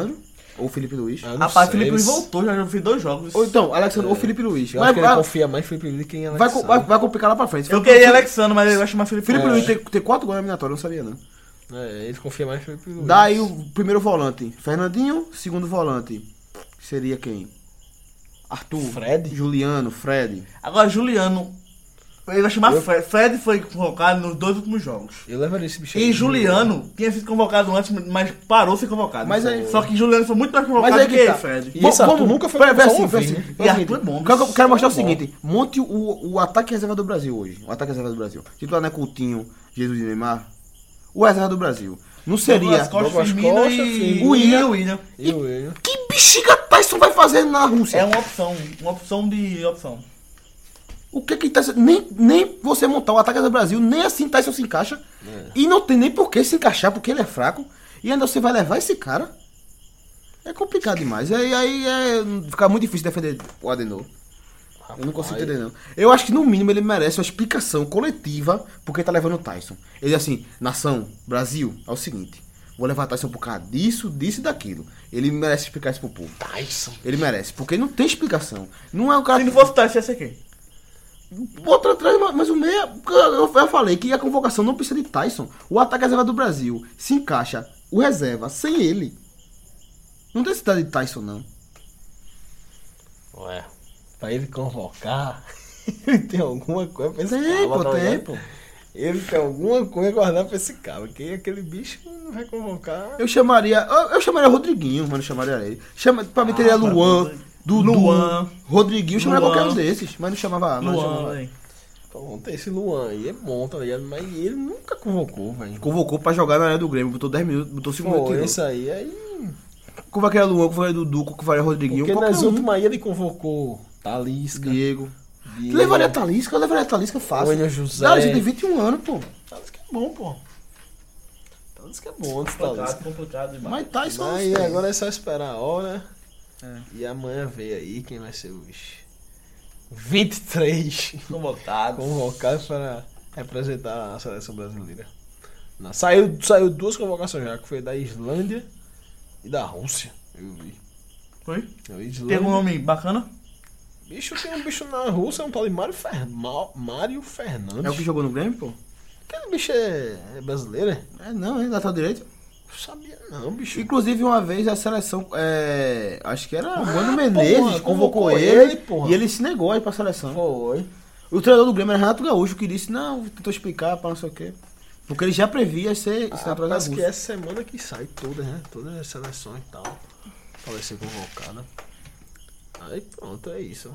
Ou Felipe Luiz. Ah, eu não Rapaz, sei, Felipe Luiz eles- voltou, já fiz dois jogos. Ou então, Alexandre ou Felipe Luiz. Eu Vai, acho que ele vai, confia mais em Felipe Luiz do que em vai, Alexandre. vai, vai complicar lá pra frente. Eu queria Alexandre, mas eu acho mais Felipe Felipe Luiz. Luiz tem, tem quatro gols na eliminatória, eu não sabia não. É, ele confia mais em Felipe Luiz. Daí o primeiro volante, Fernandinho. Segundo volante, seria quem? Arthur. Fred? Juliano, Fred. Agora, Juliano, ele vai chamar Eu- Fred. Fred foi convocado nos dois últimos jogos. Eu levaria esse bicho aí. E Juliano tinha sido convocado antes, mas parou de ser convocado. Mas aí- Só que Juliano foi muito mais Mas convocado aí que que tá. Fred. E esse Arthur nunca foi Pera, pera, convocado assim, pera uma assim, vez, né? pera E assim, Arthur é bom, eu quero, quero mostrar o bom. seguinte: monte o, o ataque reserva do Brasil hoje. O ataque reserva do Brasil. Titular não é Coutinho, Jesus e Neymar. O reserva do Brasil. Não seria. Douglas Costa, Douglas Firmino Costa, e Firmino. O William. William. E o William. Que bexiga Tyson vai fazer na Rússia? É uma opção, uma opção de opção. O que que Tyson. Nem, nem você montar o ataque do Brasil, nem assim Tyson se encaixa. E não tem nem por que se encaixar, porque ele é fraco. E ainda você vai levar esse cara. É complicado demais. Aí, aí é, fica muito difícil defender o Adenor. Eu não consigo entender, não. Eu acho que no mínimo ele merece uma explicação coletiva porque tá levando o Tyson. Ele assim, nação, Brasil, é o seguinte. Vou levar o Tyson por causa disso, disso e daquilo. Ele merece explicar isso pro povo. Tyson. Ele merece, porque não tem explicação. Não é o cara Se que não fosse o Tyson, ia ser quem? Outra atrás, mas o meia. Eu eu falei que a convocação não precisa de Tyson. O ataque reserva do Brasil se encaixa o reserva sem ele. Não tem necessidade de Tyson, não. Ué, pra ele convocar, ele tem alguma coisa pra esse Tem, cara. pô, tá tem, ligado? pô. Ele tem alguma coisa a guardar pra esse cara, porque aquele bicho não vai convocar. Eu chamaria. Eu, eu chamaria Rodriguinho, mas não chamaria ele. Chama, pra mim teria Ah, Luan, mas- Dudu, Luan. Rodriguinho, eu chamaria Luan. qualquer um desses, mas não chamava. Mas não Luan, chamava. velho. Pronto, esse Luan aí é bom, tá ligado? Mas ele nunca convocou, velho. Convocou pra jogar na área do Grêmio, botou dez minutos, botou cinco minutos. Pô, tirou. esse aí, aí. Convocaria Luan, convocaria Dudu, convocaria Rodriguinho, Porque qualquer nas um. últimas aí ele convocou Talisca. Diego. Diego. Levaria a Talisca, eu levaria a Talisca fácil. William José. Talisca tem vinte e um anos, pô. Talisca é bom, pô. Talisca é bom, esse Complicado, Talisca. complicado demais. Mas Tyson. Mas não sei. agora é só esperar a hora. É. E amanhã vê aí quem vai ser os vinte e três Convocado. convocados para representar a seleção brasileira. Não, saiu, saiu duas convocações já, que foi da Islândia e da Rússia. Eu vi. Foi? A Tem Islândia. algum nome bacana? Bicho, tem um bicho na Rússia, um tal de Mário, Fer... Ma- Mário Fernandes. É o que jogou no Grêmio, pô? Aquele bicho é, é brasileiro? é? É, não, é lateral direito. Não sabia não, bicho. Inclusive, uma vez a seleção, é, acho que era o Mano Ah, Menezes, porra, convocou convocou ele, ele, porra. e ele se negou a ir pra seleção. Foi. O treinador do Grêmio era Renato Gaúcho, que disse, não, tentou explicar pra não sei o quê. Porque ele já previa ser esse Ah, atrás da parece que Rússia. essa semana que sai todas, né? Todas as seleções e tal. Pra vai ser convocada. Aí pronto, é isso.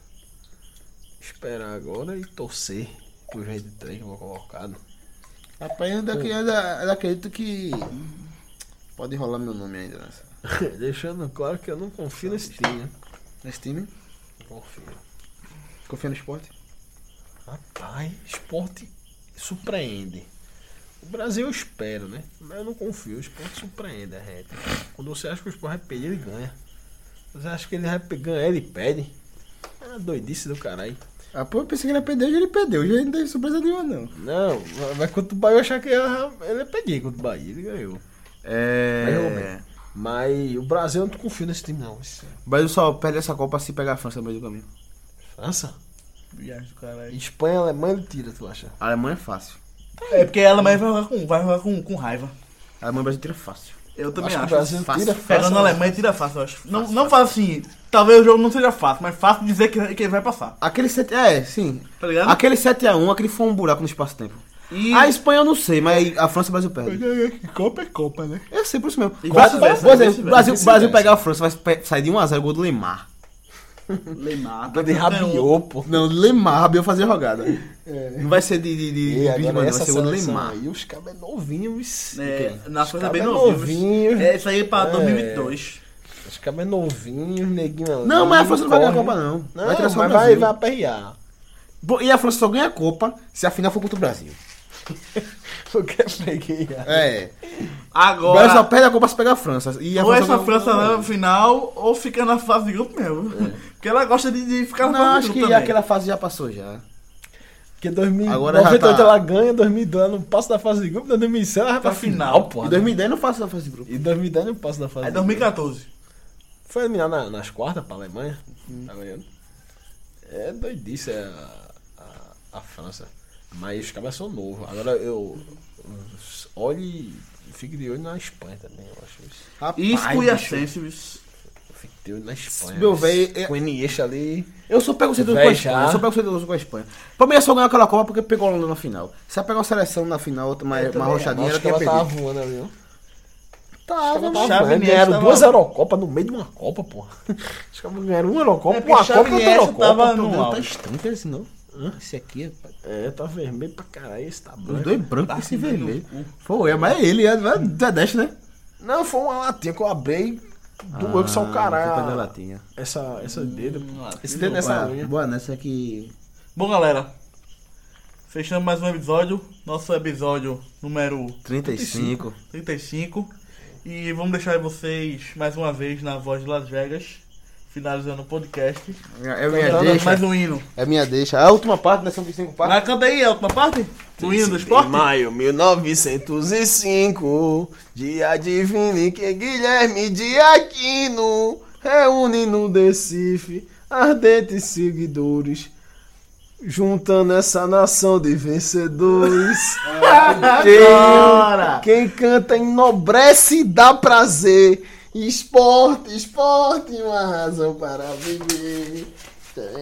Esperar agora e torcer pro vinte e três que vou convocado. Rapaz, eu ainda, ainda, ainda acredito que pode rolar meu nome ainda nessa. Deixando claro que eu não confio nesse time, né? Nesse time. Não confio. Confia no esporte. Rapaz, esporte surpreende. O Brasil eu espero, né? Mas eu não confio. O esporte surpreende a gente. Quando você acha que o esporte vai perder, ele ganha. Você acha que ele vai pe- ganhar, ele perde. É uma doidice do caralho. Ah, pô, eu pensei que ele ia perder, hoje ele perdeu. Já não teve surpresa nenhuma, não. Não, mas contra o Bahia eu achava que ia- ele ia perder contra o Bahia. Ele ganhou. Mas jogou bem. É... Mas o Brasil eu não confio nesse time, não. Esse- O Brasil só perde essa Copa se pegar a França no meio do caminho. França? Viagem do caralho. Espanha, Alemanha, ele tira, tu acha? A Alemanha é fácil. É porque ela vai jogar com, vai jogar com, com raiva. A Alemanha e o Brasil tira fácil. Eu também Acho que acho. o Brasil fácil. tira Pegando fácil. a Alemanha, tira fácil, eu acho. Não, não fácil assim. Talvez o jogo não seja fácil, mas fácil dizer que, que ele vai passar. Aquele sete... É, sim. Tá ligado? Aquele sete a um, aquele foi um buraco no espaço-tempo. E A Espanha eu não sei, mas a França e o Brasil perde. Copa é Copa, né? Eu sei, por isso mesmo. E Por vice-versa, por exemplo, vice-versa, o Brasil, vice-versa. Brasil pegar a França, vai pe- sair de um a zero gol do Lemar. Neymar. De Rabiot, pô. Não, Lemar, Rabiot fazer a jogada. Não vai ser de, de, de, E de agora Griezmann, essa vai ser o do seleção Lemar. aí, os cabos é novinho, vice. É, na Os França é cabos bem é novinho. novinho. É, isso aí é pra É. dois mil e vinte e dois. Os cabos é novinho, neguinho ali. Não, mas a França não vai ganhar a corre. Copa, não. Não, Vai tirar só o mas vai, Brasil. vai aperrear. Bom, E a França só ganha a Copa se a final for contra o Brasil. Porque peguei. É. O Brasil só Agora, perde a Copa se pegar a França. E a ou essa ganha- França leva a final, ou fica na fase de grupo mesmo. Porque ela gosta de, de ficar na Não, fase acho de que grupo também. aquela fase já passou já. Porque dois mil e Agora já noventa e oito tá- ela ganha, dois mil e dois ela não passa da fase de grupo, dois mil e seis ela vai pra Pra final, final. pô. Em dois mil e dez não faço a fase de grupo. E dois mil e dez não passa da fase É de dois mil e quatorze. Foi eliminado na- nas quartas pra Alemanha. Tá ligado? É doidice é a, a, a França. Mas os caras são novos. Agora eu. Olhe. Fique de olho na Espanha também, eu acho isso. Rapaz, Isco e bicho, Ascensios. Fique de olho na Espanha. Meu velho, é- Com o Iniesta ali. Eu sou preconceituoso Véi, com a Espanha. já. Eu sou preconceituoso com a Espanha. Pra mim é só ganhar aquela Copa porque pegou a Holanda na final. Se ela pegar uma seleção na final, outra mais, mais rochadinha, ela Acho que tinha ela tava perdido. voando ali, ó. Tava, Tava Xavi voando. Iniesta Ganharam tava- duas Eurocopas no meio de uma Copa, porra. Os caras ganharam uma Eurocopa, É porque uma Xavi Copa e outra Iniesta Eurocopa. tava pô. no Não, auge. tá estranho, que esse não. Esse aqui é. É, tá vermelho pra caralho, esse tá Os branco. dois brancos Tá e esse se vendo vermelho. no cu. Foi, mas é ele, é é deste, né? Não, foi uma latinha que eu abri. Doeu que só o culpa da cara. latinha. Essa, essa dedo. Hum, Esse dedo nessa unha. Boa, nessa aqui. Bom, galera. Fechando mais um episódio. Nosso episódio número trinta e cinco. trinta e cinco. E vamos deixar vocês mais uma vez na voz de Las Vegas. Finalizando o podcast. É minha Cantando deixa. mais um hino. É minha deixa. A última parte, né? São de cinco partes. Mas canta aí a última parte? Do hino do Em esporte? maio mil novecentos e cinco, dia divino que Guilherme de Aquino reúne no Recife ardentes seguidores, juntando essa nação de vencedores. Agora! Quem, quem canta enobrece e dá prazer. Esporte, esporte, uma razão para viver.